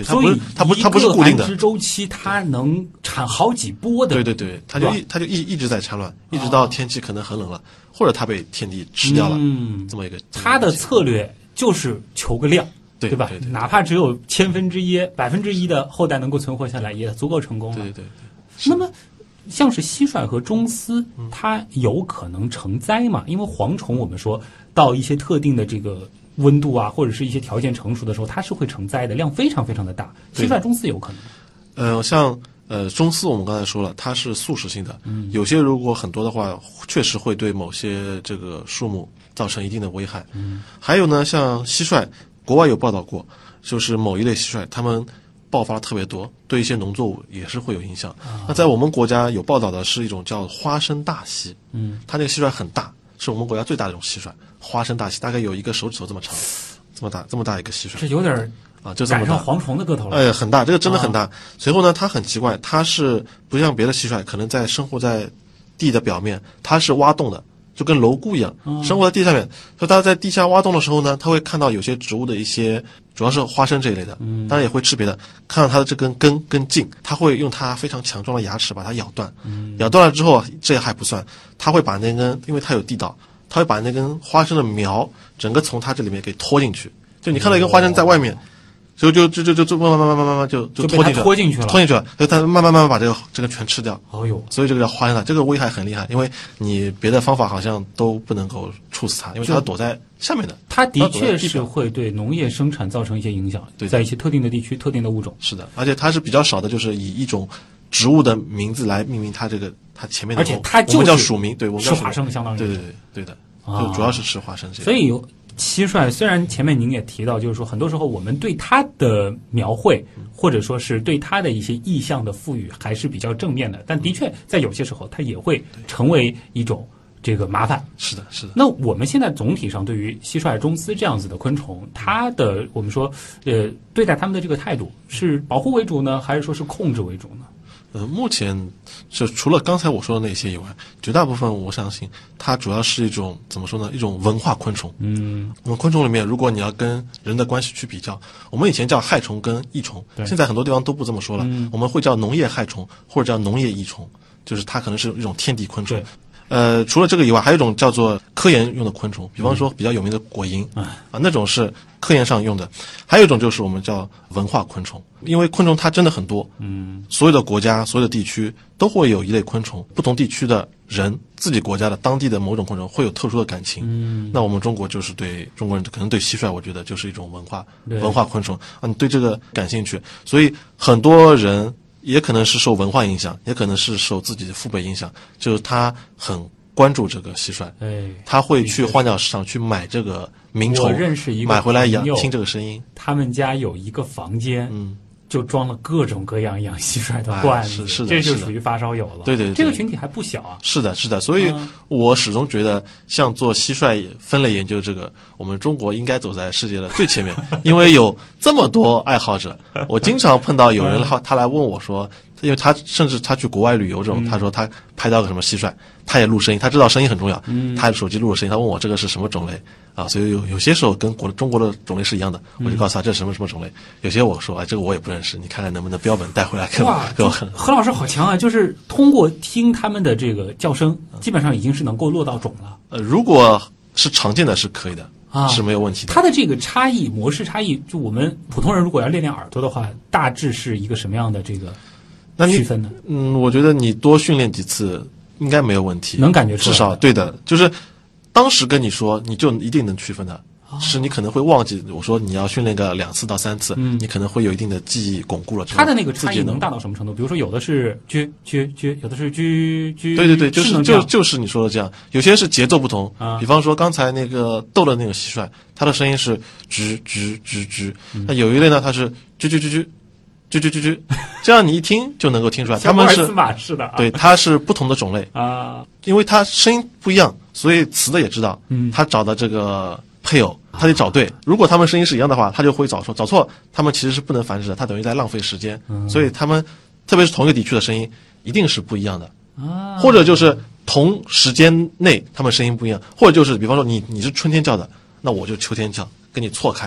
对，它不是它不它不是固定的， 繁殖周期它能产好几波的。 对对对，它就一它就一一直在产卵，一直到天气可能很冷了，或者它被天敌吃掉了， 嗯， 这么一个。 它的策略就是求个量。 对对吧？ 对对对， 哪怕只有千分之一、百分之一的后代能够存活下来，也足够成功了。 对对对。 那么，像是蟋蟀和螽斯，它有可能成灾吗？因为蝗虫，我们说到一些特定的这个温度啊，或者是一些条件成熟的时候，它是会成灾的，量非常非常的大。蟋蟀、螽斯有可能。 呃，像呃螽斯，我们刚才说了，它是素食性的，嗯，有些如果很多的话，确实会对某些这个树木造成一定的危害。嗯，还有呢，像蟋蟀。国外有报道过，就是某一类蟋蟀，它们爆发特别多，对一些农作物也是会有影响。啊、那在我们国家有报道的是一种叫花生大蟋，嗯，它那个蟋蟀很大，是我们国家最大的一种蟋蟀，花生大蟋大概有一个手指头这么长，这么大这么大一个蟋蟀， 这有点啊，就这么大， 赶上蝗虫的个头了。 哎，很大，这个真的很大。啊、随后呢，它很奇怪，它是不像别的蟋蟀，可能在生活在地的表面，它是挖洞的。就跟蝼蛄一样，生活在地下面。所以它在地下挖洞的时候呢，它会看到有些植物的一些，主要是花生这一类的，当然也会吃别的。看到它的这根根跟茎，它会用它非常强壮的牙齿把它咬断。咬断了之后，这还不算，它会把那根，因为它有地道，它会把那根花生的苗整个从它这里面给拖进去。就你看到一根花生在外面。就就就就就就慢慢慢慢慢慢慢就就拖进去了， 拖进去了， 拖进去了，所以它慢慢慢慢把这个这个全吃掉。 哦呦， 所以这个叫花生塔，这个危害很厉害，因为你别的方法好像都不能够处死它，因为它躲在下面的。 它的确是会对农业生产造成一些影响， 对， 在一些特定的地区、特定的物种。 是的，而且它是比较少的，就是以一种植物的名字来命名它这个它前面的， 而且它就是我们叫属名，对，我们吃花生相当于对对对对的，就主要是吃花生这。 所以有。蟋蟀虽然前面您也提到，就是说很多时候我们对它的描绘，或者说是对它的一些意象的赋予还是比较正面的，但的确在有些时候它也会成为一种这个麻烦。 是的，是的。 那我们现在总体上对于蟋蟀、螽斯这样子的昆虫，它的我们说呃对待它们的这个态度是保护为主呢，还是说是控制为主呢？ 呃，目前就除了刚才我说的那些以外，绝大部分我相信它主要是一种怎么说呢？一种文化昆虫。嗯，我们昆虫里面，如果你要跟人的关系去比较，我们以前叫害虫跟益虫，现在很多地方都不这么说了，嗯、我们会叫农业害虫或者叫农业益虫，就是它可能是一种天敌昆虫。呃，除了这个以外，还有一种叫做科研用的昆虫，比方说比较有名的果蝇、嗯、啊，那种是科研上用的。还有一种就是我们叫文化昆虫，因为昆虫它真的很多，嗯，所有的国家、所有的地区都会有一类昆虫，不同地区的人、自己国家的当地的某种昆虫会有特殊的感情。嗯，那我们中国就是对中国人可能对蟋蟀，我觉得就是一种文化文化昆虫啊，你对这个感兴趣，所以很多人。也可能是受文化影响，也可能是受自己的父辈影响，就是他很关注这个蟋蟀，哎，他会去花鸟市场去买这个鸣虫， 我认识一个买回来养，听这个声音。 他们家有一个房间，嗯，就装了各种各样养蟋蟀的罐子， 是是的， 这就属于发烧友了。 对 对, 对， 这个群体还不小啊。 是的，是的，所以我始终觉得，像做蟋蟀分类研究这个，我们中国应该走在世界的最前面，因为有这么多爱好者。我经常碰到有人他来问我说，因为他甚至他去国外旅游这种，他说他拍到个什么蟋蟀，他也录声音，他知道声音很重要，嗯，他手机录了声音，他问我这个是什么种类啊？所以有有些时候跟国中国的种类是一样的，我就告诉他这是什么什么种类。有些我说哎，这个我也不认识，你看看能不能标本带回来给我给我看。 何老师好强啊！就是通过听他们的这个叫声，基本上已经是能够落到种了。 呃，如果是常见的是可以的。啊，是没有问题的。 它的这个差异模式差异，就我们普通人如果要练练耳朵的话，大致是一个什么样的这个区分呢？ 嗯，我觉得你多训练几次应该没有问题， 能感觉出来。 至少对的，就是当时跟你说，你就一定能区分的。是你可能会忘记，我说你要训练个两次到三次，嗯，你可能会有一定的记忆巩固了。 它的那个差异能大到什么程度？比如说有的是啾啾啾，有的是啾啾。 对对对，就是就就是你说的这样，有些是节奏不同。啊，比方说刚才那个逗的那个蟋蟀，它的声音是吱吱吱吱，那有一类呢，它是啾啾啾啾。啾啾啾啾，这样你一听就能够听出来，他们是马式的， 对，它是不同的种类啊，因为它声音不一样，所以词的也知道，嗯，他找的这个配偶，他得找对。如果他们声音是一样的话，他就会找错，找错，他们其实是不能繁殖的，他等于在浪费时间。嗯，所以他们特别是同一个地区的声音一定是不一样的啊，或者就是同时间内他们声音不一样，或者就是比方说你你是春天叫的，那我就秋天叫，跟你错开。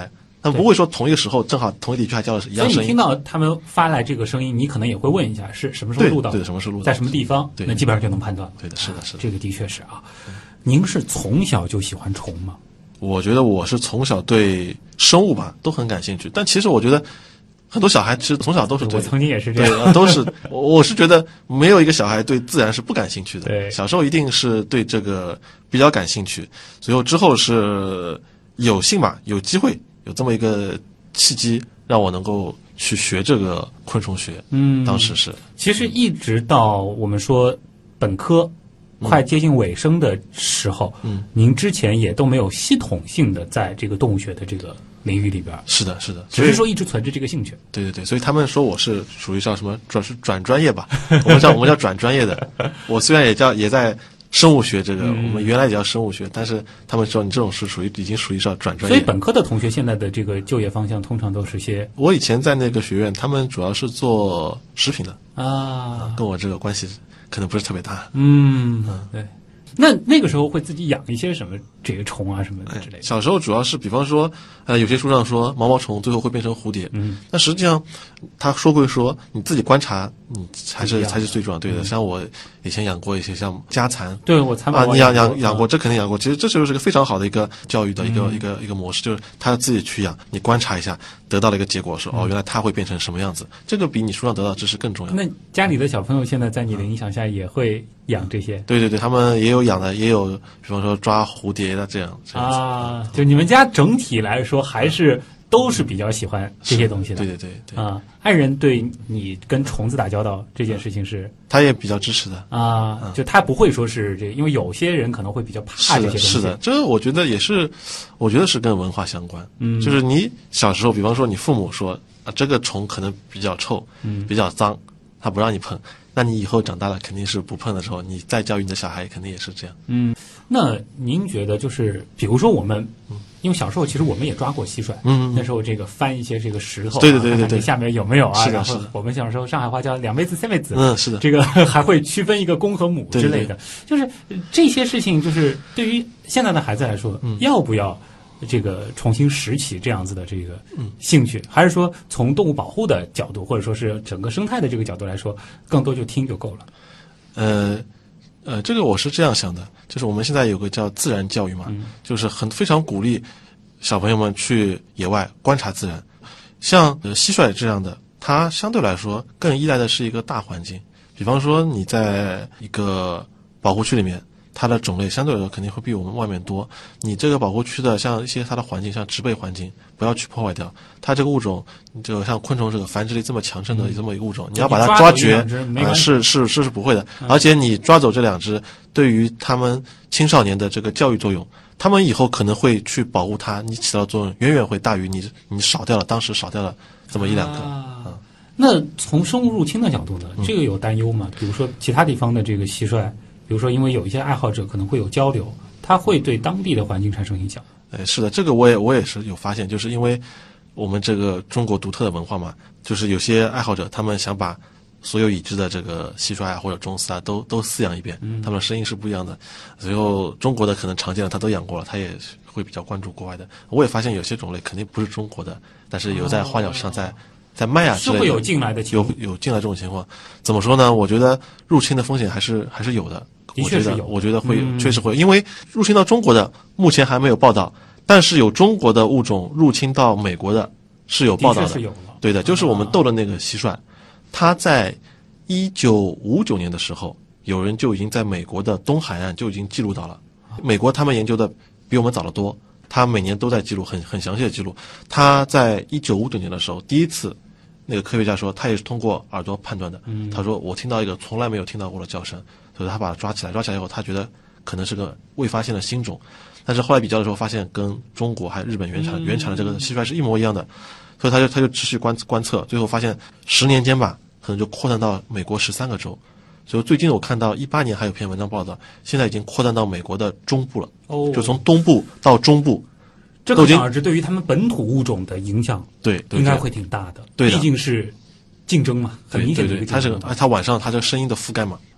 他们不会说同一个时候正好同一地区还叫的一样声音。 所以你听到他们发来这个声音，你可能也会问一下是什么时候录到的， 对，对，什么时候录到的， 在什么地方， 对， 那基本上就能判断。 对的，是的，是的， 这个的确是啊。您是从小就喜欢虫吗？ 我觉得我是从小对生物吧都很感兴趣，但其实我觉得很多小孩其实从小都是对， 我曾经也是这样， 对，都是我我是觉得没有一个小孩对自然是不感兴趣的。 对， 小时候一定是对这个比较感兴趣，随后之后是有幸吧，有机会有这么一个契机，让我能够去学这个昆虫学。 嗯， 当时是， 其实一直到我们说本科快接近尾声的时候， 嗯， 您之前也都没有系统性的在这个动物学的这个领域里边。 是的，是的， 只是说一直存着这个兴趣。 对对对，所以他们说我是属于叫什么转是转专业吧，我们叫我们叫转专业的。我虽然也叫也在生物学这个， 嗯、 我们原来也叫生物学，但是他们说你这种是属于已经属于是要转专业。 所以本科的同学现在的这个就业方向通常都是些， 我以前在那个学院，他们主要是做食品的啊， 跟我这个关系可能不是特别大。 嗯嗯，对。那那个时候会自己养一些什么这个虫啊什么的之类的。 小时候主要是，比方说，呃，有些书上说毛毛虫最后会变成蝴蝶， 嗯， 但实际上他说归说，你自己观察，你才是才是最重要。对的，嗯、像我以前养过一些像家蚕， 对我蚕啊，你养养养过，这肯定养过。其实这就是个非常好的一个教育的一个、嗯、一个一个模式，就是他自己去养，你观察一下，得到了一个结果，说、嗯、哦，原来它会变成什么样子，这个比你书上得到的知识更重要。 那家里的小朋友现在在你的影响下也会养这些？ 对对对，他们也有养的，也有比方说抓蝴蝶的这样。这样啊，就你们家整体来说还是都是比较喜欢这些东西的。 对对对对啊，爱人对你跟虫子打交道这件事情是， 他也比较支持的啊，嗯、就他不会说是这，因为有些人可能会比较怕这些东西。 是的，是的，这我觉得也是，我觉得是跟文化相关。 嗯， 就是你小时候，比方说你父母说啊，这个虫可能比较臭， 嗯， 比较脏，他不让你碰。那你以后长大了肯定是不碰的时候，你再教育你的小孩肯定也是这样。 嗯，那您觉得就是比如说我们，嗯、因为小时候其实我们也抓过蟋蟀， 嗯， 那时候这个翻一些这个石头、啊， 对对对对对， 下面有没有啊？ 是的，是的。 我们小时候上海话叫两妹子、三妹子， 嗯，是的。 这个还会区分一个公和母之类的， 对对对， 就是这些事情，就是对于现在的孩子来说， 嗯、 要不要？这个重新拾起这样子的这个兴趣，嗯、还是说从动物保护的角度，或者说是整个生态的这个角度来说，更多就听就够了。 呃呃，这个我是这样想的，就是我们现在有个叫自然教育嘛， 嗯、 就是很非常鼓励小朋友们去野外观察自然。像呃蟋蟀这样的，它相对来说更依赖的是一个大环境，比方说你在一个保护区里面。它的种类相对来说肯定会比我们外面多。你这个保护区的像一些它的环境，像植被环境，不要去破坏掉。它这个物种，就像昆虫这个繁殖力这么强盛的这么一个物种， 嗯、 你要把它抓绝， 啊、 是是是是不会的。 嗯、 而且你抓走这两只，对于他们青少年的这个教育作用，他们以后可能会去保护它，你起到的作用远远会大于你你少掉了当时少掉了这么一两个。 啊嗯、 那从生物入侵的角度呢，这个有担忧吗？比如说其他地方的这个蟋蟀。比如说，因为有一些爱好者可能会有交流，它会对当地的环境产生影响。 哎，是的，这个我也我也是有发现，就是因为我们这个中国独特的文化嘛，就是有些爱好者他们想把所有已知的这个蟋蟀啊或者螽斯啊都都饲养一遍， 嗯、 他们的声音是不一样的。随后中国的可能常见的他都养过了，他也会比较关注国外的。我也发现有些种类肯定不是中国的，但是有在花鸟市场在。在卖啊之类的， 是会有进来的情况， 有有进来这种情况。怎么说呢？我觉得入侵的风险还是还是有的。 的确是有， 我觉得会、 嗯、 确实会，因为入侵到中国的目前还没有报道，但是有中国的物种入侵到美国的是有报道的。 的确是有了。 对的，就是我们斗的那个蟋蟀，啊、它在一九五九年的时候，有人就已经在美国的东海岸就已经记录到了。美国他们研究的比我们早得多，他每年都在记录，很很详细的记录。他在一九五九年的时候，第一次。那个科学家说，他也是通过耳朵判断的。 嗯、 他说，我听到一个从来没有听到过的叫声，所以他把它抓起来。抓起来以后，他觉得可能是个未发现的新种，但是后来比较的时候，发现跟中国还有日本原产、 嗯、 原产的这个蟋蟀是一模一样的，所以他就他就持续观观测，最后发现十年间吧，可能就扩散到美国十三个州。所以最近我看到一八年还有篇文章报道，现在已经扩散到美国的中部了， 哦、 就从东部到中部。 这可想而知，对于他们本土物种的影响， 对，对应该会挺大的。 对的， 毕竟是竞争嘛，很明显的一个竞争。 它这个，它晚上它这个声音的覆盖嘛，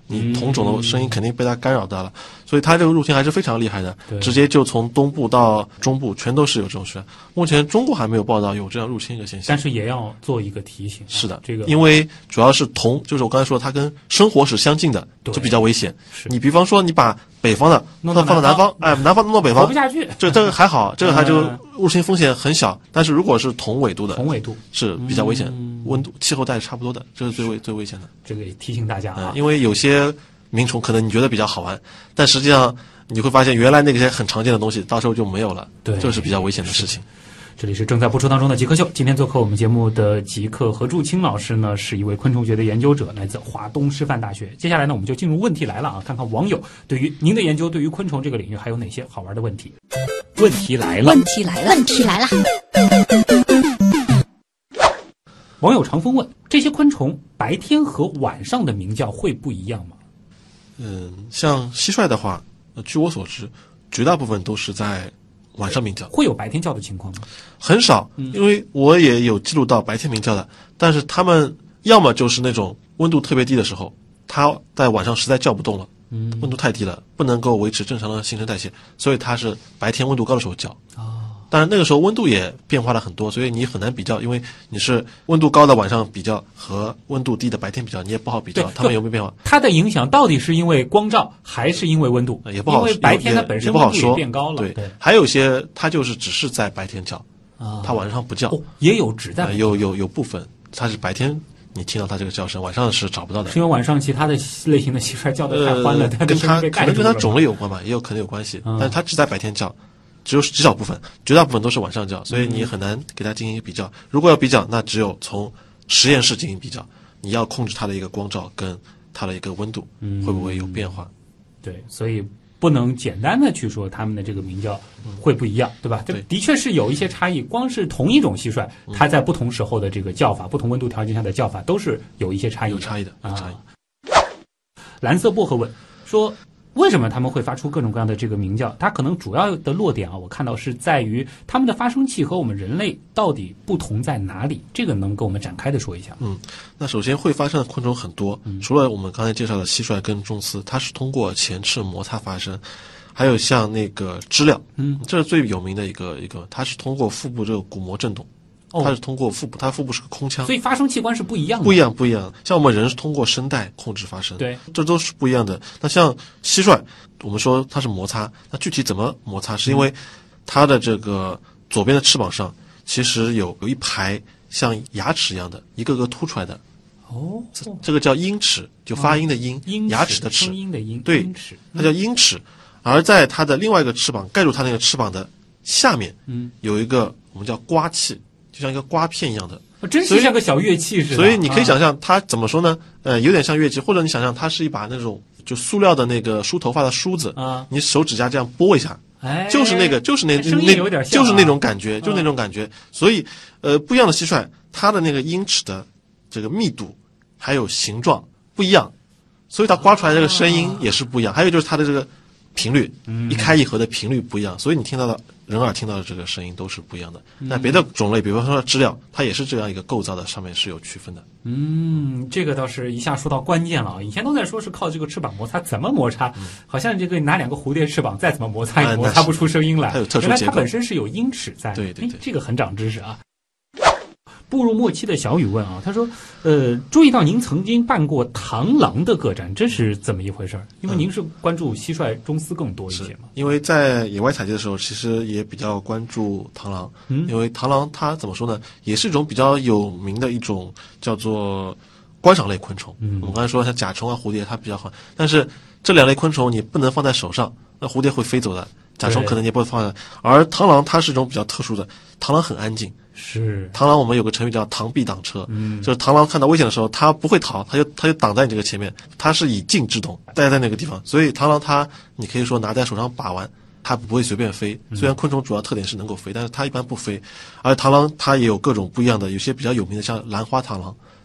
你同种的声音肯定被它干扰到了，所以它这个入侵还是非常厉害的，直接就从东部到中部全都是有这种需要。目前中国还没有报道有这样入侵一个现象， 但是也要做一个提醒。 是的， 这个因为主要是同，就是我刚才说它跟生活是相近的，就比较危险。你比方说你把北方的弄到放到南方，哎，南方弄到北方， 活不下去。 这这个还好，这个还就入侵风险很小。但是如果是同纬度的， 同纬度是比较危险，嗯、温度气候带是差不多的，这是最危最危险的。 这个也提醒大家啊、 嗯，因为有些鸣虫可能你觉得比较好玩，但实际上你会发现原来那些很常见的东西到时候就没有了， 对， 这是比较危险的事情。 这里是正在播出当中的极客秀，今天做客我们节目的极客何柱清老师呢，是一位昆虫学的研究者，来自华东师范大学。接下来呢，我们就进入问题来了啊，看看网友对于您的研究，对于昆虫这个领域还有哪些好玩的问题。问题来了， 问题来了，问题来了。 网友长风问：这些昆虫白天和晚上的鸣叫会不一样吗？ 嗯，像蟋蟀的话，呃，据我所知，绝大部分都是在晚上鸣叫。 会有白天叫的情况吗？ 很少，因为我也有记录到白天鸣叫的，但是他们要么就是那种温度特别低的时候，它在晚上实在叫不动了，嗯，温度太低了，不能够维持正常的新陈代谢，所以它是白天温度高的时候叫。哦，当然那个时候温度也变化了很多，所以你很难比较，因为你是温度高的晚上比较和温度低的白天比较，你也不好比较它们有没有变化。 它的影响到底是因为光照还是因为温度？ 也不好， 因为白天它本身温度也变高了。 对，对，还有些它就是只是在白天叫， 啊， 它晚上不叫。 哦，也有只在、 呃、有有有部分它是白天你听到它这个叫声，晚上是找不到的。 是因为晚上其他的类型的蟋蟀叫得太欢了， 呃、 它跟它被可能跟它种类有关吧，也有可能有关系。嗯、但是它只在白天叫。只有极少部分，绝大部分都是晚上叫，所以你很难给它进行一个比较。如果要比较，那只有从实验室进行比较，你要控制它的一个光照跟它的一个温度，会不会有变化？ 嗯、对，所以不能简单的去说它们的这个鸣叫会不一样，对吧？这的确是有一些差异。光是同一种蟋蟀，它在不同时候的这个叫法、嗯、不同温度条件下的叫法，都是有一些差异的。 有差异的，有差异。 啊、蓝色薄荷问说，为什么他们会发出各种各样的这个鸣叫？它可能主要的落点啊，我看到是在于他们的发声器和我们人类到底不同在哪里？这个能跟我们展开的说一下？ 嗯，那首先会发声的昆虫很多，嗯、除了我们刚才介绍的蟋蟀跟螽斯，它是通过前翅摩擦发声，还有像那个知了，嗯，这是最有名的一个一个，它是通过腹部这个鼓膜振动。它是通过腹部，它腹部是个空腔， 所以发声器官是不一样的。 不一样，不一样。像我们人是通过声带控制发声， 对， 这都是不一样的。那像蟋蟀，我们说它是摩擦，那具体怎么摩擦？是因为它的这个左边的翅膀上其实有有一排像牙齿一样的，一个个凸出来的。 哦， 这这个叫鹰齿，就发音的音， 音牙齿的齿， 声音的音， 对，它叫鹰齿。而在它的另外一个翅膀盖住它那个翅膀的下面，嗯，有一个我们叫刮器。就像一个刮片一样的， 哦、真是像个小乐器似的。 所以你可以想象它怎么说呢？呃，有点像乐器，或者你想象它是一把那种就塑料的那个梳头发的梳子啊，你手指甲这样拨一下，哎，就是那个，就是那声音有点像、 啊，就是那种感觉，就是那种感觉。嗯、所以，呃，不一样的蟋蟀，它的那个鹰齿的这个密度还有形状不一样，所以它刮出来这个声音也是不一样。啊、还有就是它的这个频率，嗯、一开一合的频率不一样，所以你听到的。人耳听到的这个声音都是不一样的。那别的种类，比方说知了，它也是这样一个构造的，上面是有区分的。 嗯，这个倒是一下说到关键了啊！以前都在说是靠这个翅膀摩擦，怎么摩擦？嗯、好像这个拿两个蝴蝶翅膀再怎么摩擦也摩擦不出声音来。 它有特殊结构， 原来它本身是有鹰齿在。 对对对， 这个很长知识啊。步入末期的小雨问啊，他说：“呃，注意到您曾经办过螳螂的个展，这是怎么一回事？因为您是关注蟋蟀、螽斯更多一些嘛。 因为在野外采集的时候，其实也比较关注螳螂。嗯，因为螳螂它怎么说呢，也是一种比较有名的一种叫做观赏类昆虫。嗯，我们刚才说像甲虫啊、蝴蝶，它比较好，但是这两类昆虫你不能放在手上，那蝴蝶会飞走的，甲虫可能也不会放在。而螳螂它是一种比较特殊的，螳螂很安静。” 是螳螂，我们有个成语叫螳臂挡车，嗯，就是螳螂看到危险的时候，它不会逃，它就它就挡在你这个前面，它是以静制动，待在那个地方，所以螳螂它你可以说拿在手上把玩，它不会随便飞。虽然昆虫主要特点是能够飞，但是它一般不飞。而螳螂它也有各种不一样的，有些比较有名的像兰花螳螂，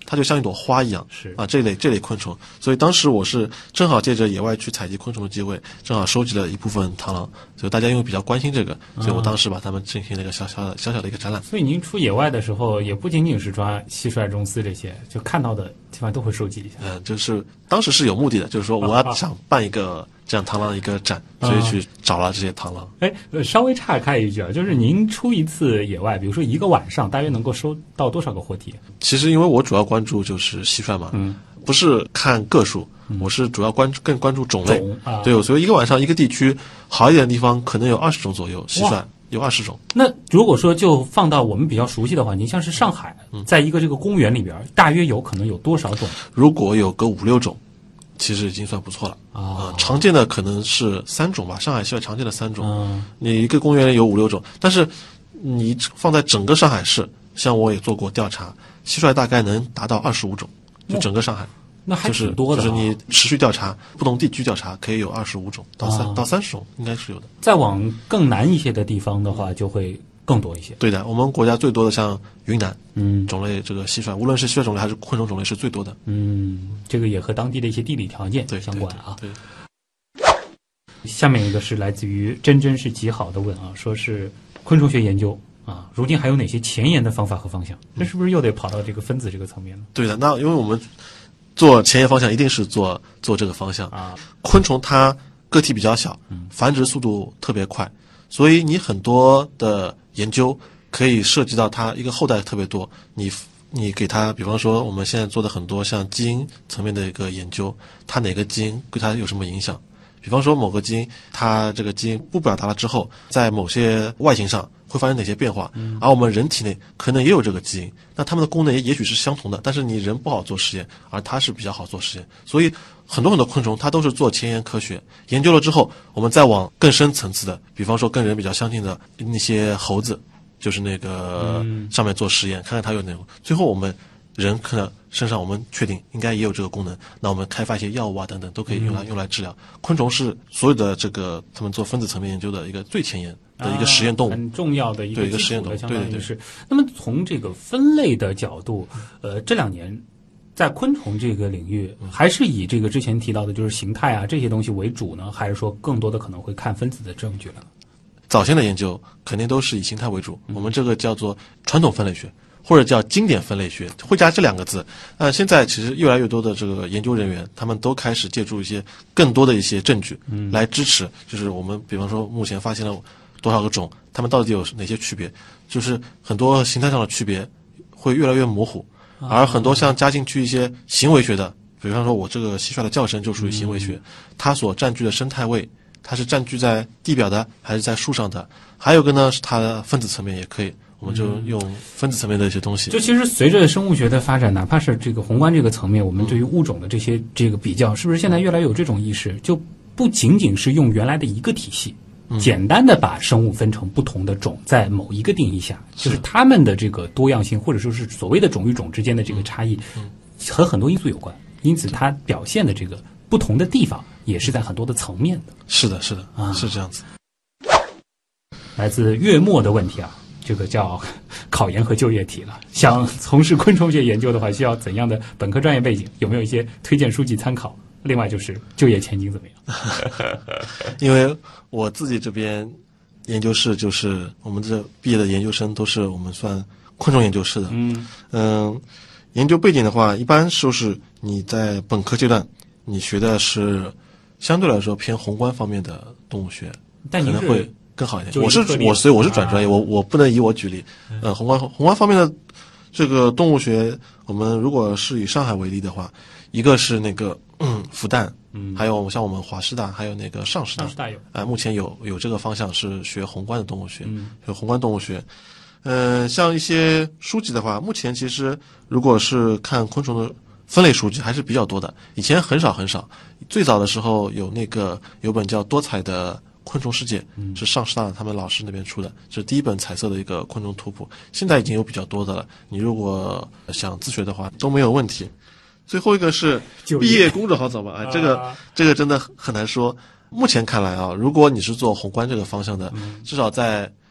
它就像一朵花一样， 是啊，这类这类昆虫。所以当时我是正好借着野外去采集昆虫的机会，正好收集了一部分螳螂，所以大家因为比较关心这个，所以我当时把它们进行了一个小小的小小的一个展览。 所以您出野外的时候，也不仅仅是抓蟋蟀、螽斯这些，就看到的基本上都会收集一下。 嗯，就是当时是有目的的，就是说我要想办一个这样螳螂的一个展，所以去找了这些螳螂。 哎，呃，稍微岔开一句啊，就是您出一次野外，比如说一个晚上，大约能够收到多少个活体？ 其实因为我主要关注就是蟋蟀嘛，嗯，不是看个数，嗯、我是主要关注更关注种类。 种啊、 对，所以一个晚上一个地区好一点的地方可能有二十种左右蟋蟀。有二十种。 那如果说就放到我们比较熟悉的环境，像是上海，嗯、在一个这个公园里边，大约有可能有多少种？ 如果有个五六种，其实已经算不错了啊、哦呃。常见的可能是三种吧，上海蟋蟀常见的三种。嗯、你一个公园里有五六种，但是你放在整个上海市，像我也做过调查，蟋蟀大概能达到二十五种，就整个上海。哦那还挺多的、啊就是，就是你持续调查不同地区调查，可以有二十五种到三、啊、到三十种，应该是有的。 再往更南一些的地方的话，就会更多一些。 对的，我们国家最多的像云南，嗯，种类这个蟋蟀，无论是蟋蟀种类还是昆虫种类是最多的。 嗯，这个也和当地的一些地理条件相关啊。 对。对对对下面一个是来自于真真是极好的问啊，说是昆虫学研究。啊，如今还有哪些前沿的方法和方向？这是不是又得跑到这个分子这个层面呢？ 对的，那因为我们做前沿方向一定是做做这个方向啊。昆虫它个体比较小，繁殖速度特别快，所以你很多的研究可以涉及到它一个后代特别多。你你给它，比方说我们现在做的很多像基因层面的一个研究，它哪个基因对它有什么影响？比方说某个基因，它这个基因不表达了之后，在某些外形上会发生哪些变化？嗯、而我们人体内可能也有这个基因，那它们的功能也也许是相同的，但是你人不好做实验，而它是比较好做实验。所以很多很多昆虫它都是做前沿科学，研究了之后，我们再往更深层次的，比方说跟人比较相近的那些猴子，就是那个上面做实验，看看它有哪种。最后我们人可能身上我们确定应该也有这个功能，那我们开发一些药物啊等等都可以用来、嗯、用来治疗。昆虫是所有的这个他们做分子层面研究的一个最前沿的一个实验动物， 啊、很重要的一个对一个实验动物， 相当于是。那么从这个分类的角度，呃，这两年在昆虫这个领域，还是以这个之前提到的就是形态啊这些东西为主呢，还是说更多的可能会看分子的证据了？ 早先的研究肯定都是以形态为主，嗯、我们这个叫做传统分类学。或者叫经典分类学，会加这两个字。呃，现在其实越来越多的这个研究人员，他们都开始借助一些更多的一些证据，嗯，来支持。就是我们比方说，目前发现了多少个种，它们到底有哪些区别？就是很多形态上的区别会越来越模糊，而很多像加进去一些行为学的，比方说我这个蟋蟀的叫声就属于行为学，它所占据的生态位，它是占据在地表的还是在树上的？还有个呢，是它的分子层面也可以。我们就用分子层面的一些东西。 就其实随着生物学的发展，哪怕是这个宏观这个层面，我们对于物种的这些这个比较，是不是现在越来越有这种意识？就不仅仅是用原来的一个体系，嗯、简单的把生物分成不同的种，在某一个定义下，就是它们的这个多样性，或者说是所谓的种与种之间的这个差异，嗯、和很多因素有关。因此，它表现的这个不同的地方，也是在很多的层面的。 是的，是的，啊，是这样子。 来自月末的问题啊。这个叫考研和就业题了。想从事昆虫学研究的话，需要怎样的本科专业背景？有没有一些推荐书籍参考？另外就是就业前景怎么样？ 因为我自己这边研究室就是我们这毕业的研究生都是我们算昆虫研究室的。嗯嗯、呃，研究背景的话，一般就是你在本科阶段你学的是相对来说偏宏观方面的动物学， 但可能会更好一点。我是我，所以我是转专业，啊、我我不能以我举例。呃，宏观宏观方面的这个动物学，我们如果是以上海为例的话，一个是那个嗯复旦，嗯，还有像我们华师大，还有那个上师大， 上师大有， 哎、呃，目前有有这个方向是学宏观的动物学，嗯，有宏观动物学。嗯、呃，像一些书籍的话，目前其实如果是看昆虫的分类书籍还是比较多的，以前很少很少。最早的时候有那个有本叫多彩的昆虫世界，是上师大他们老师那边出的，是第一本彩色的一个昆虫图谱。现在已经有比较多的了，你如果想自学的话都没有问题。最后一个是毕业工作好找吗？哎，这个这个真的很难说。目前看来啊，如果你是做宏观这个方向的，至少在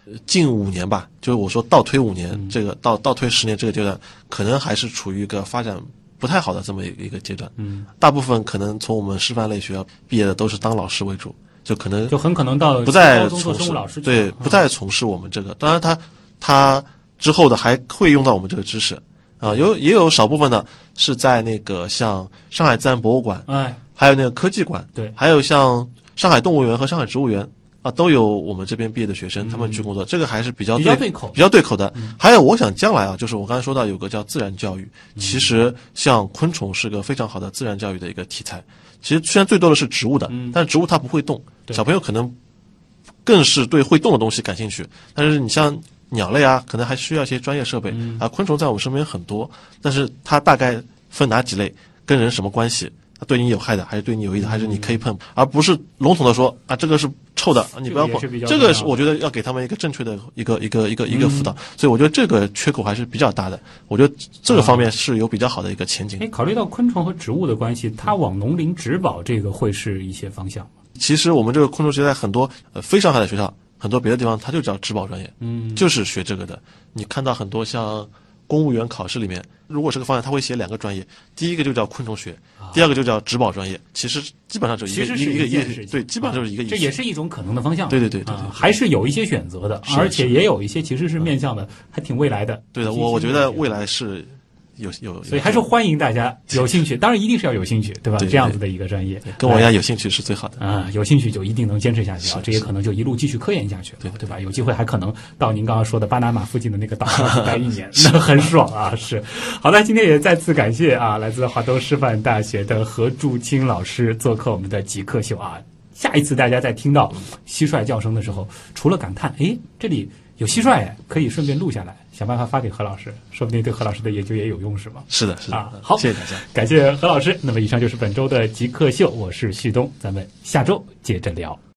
近五年吧，就是我说倒推五年， 嗯、 这个倒倒推十年这个阶段，可能还是处于一个发展不太好的这么一个阶段。 嗯， 大部分可能从我们师范类学校毕业的都是当老师为主，就可能就很可能到不再高中做从事生物老师， 对，不再从事我们这个。当然他，他之后的还会用到我们这个知识啊，有也有少部分的是在那个像上海自然博物馆， 哎， 还有那个科技馆， 对， 还有像上海动物园和上海植物园。啊，都有我们这边毕业的学生， 嗯、 他们去工作，这个还是比较比较对口， 比较对口的。 嗯、 还有，我想将来啊，就是我刚才说到有个叫自然教育，嗯、其实像昆虫是个非常好的自然教育的一个题材。其实虽然最多的是植物的， 嗯、 但是植物它不会动，小朋友可能更是对会动的东西感兴趣。但是你像鸟类啊，可能还需要一些专业设备、 嗯、 啊。昆虫在我们身边很多，但是它大概分哪几类，跟人什么关系？对你有害的，还是对你有益的，还是你可以碰，而不是笼统的说啊，这个是臭的，你不要碰。这个是我觉得要给他们一个正确的一个一个一个一个辅导，所以我觉得这个缺口还是比较大的。我觉得这个方面是有比较好的一个前景。 哎，考虑到昆虫和植物的关系，它往农林植保这个会是一些方向吗？ 其实我们这个昆虫学在很多呃非上海的学校，很多别的地方它就叫植保专业， 嗯， 就是学这个的。你看到很多像公务员考试里面，如果是个方向，他会写两个专业，第一个就叫昆虫学，第二个就叫植保专业。其实基本上就一个一个一个对，基本上就是一个意思。 这也是一种可能的方向。 对对对对， 还是有一些选择的，而且也有一些其实是面向的，还挺未来的。 对的，我我觉得未来是有有， 所以还是欢迎大家有兴趣，当然一定是要有兴趣，对吧？这样子的一个专业， 跟我一样有兴趣是最好的啊，有兴趣就一定能坚持下去啊，这也可能就一路继续科研下去，对对吧？有机会还可能到您刚刚说的巴拿马附近的那个岛上待一年，那很爽啊！是，好的，今天也再次感谢啊，来自华东师范大学的何柱清老师做客我们的极客秀啊。下一次大家在听到蟋蟀叫声的时候，除了感叹，哎，这里有蟋蟀，可以顺便录下来，想办法发给何老师，说不定对何老师的研究也有用，是吗？ 是的，是的。 啊，好， 谢谢大家， 感谢何老师。那么以上就是本周的极客秀，我是旭东，咱们下周接着聊。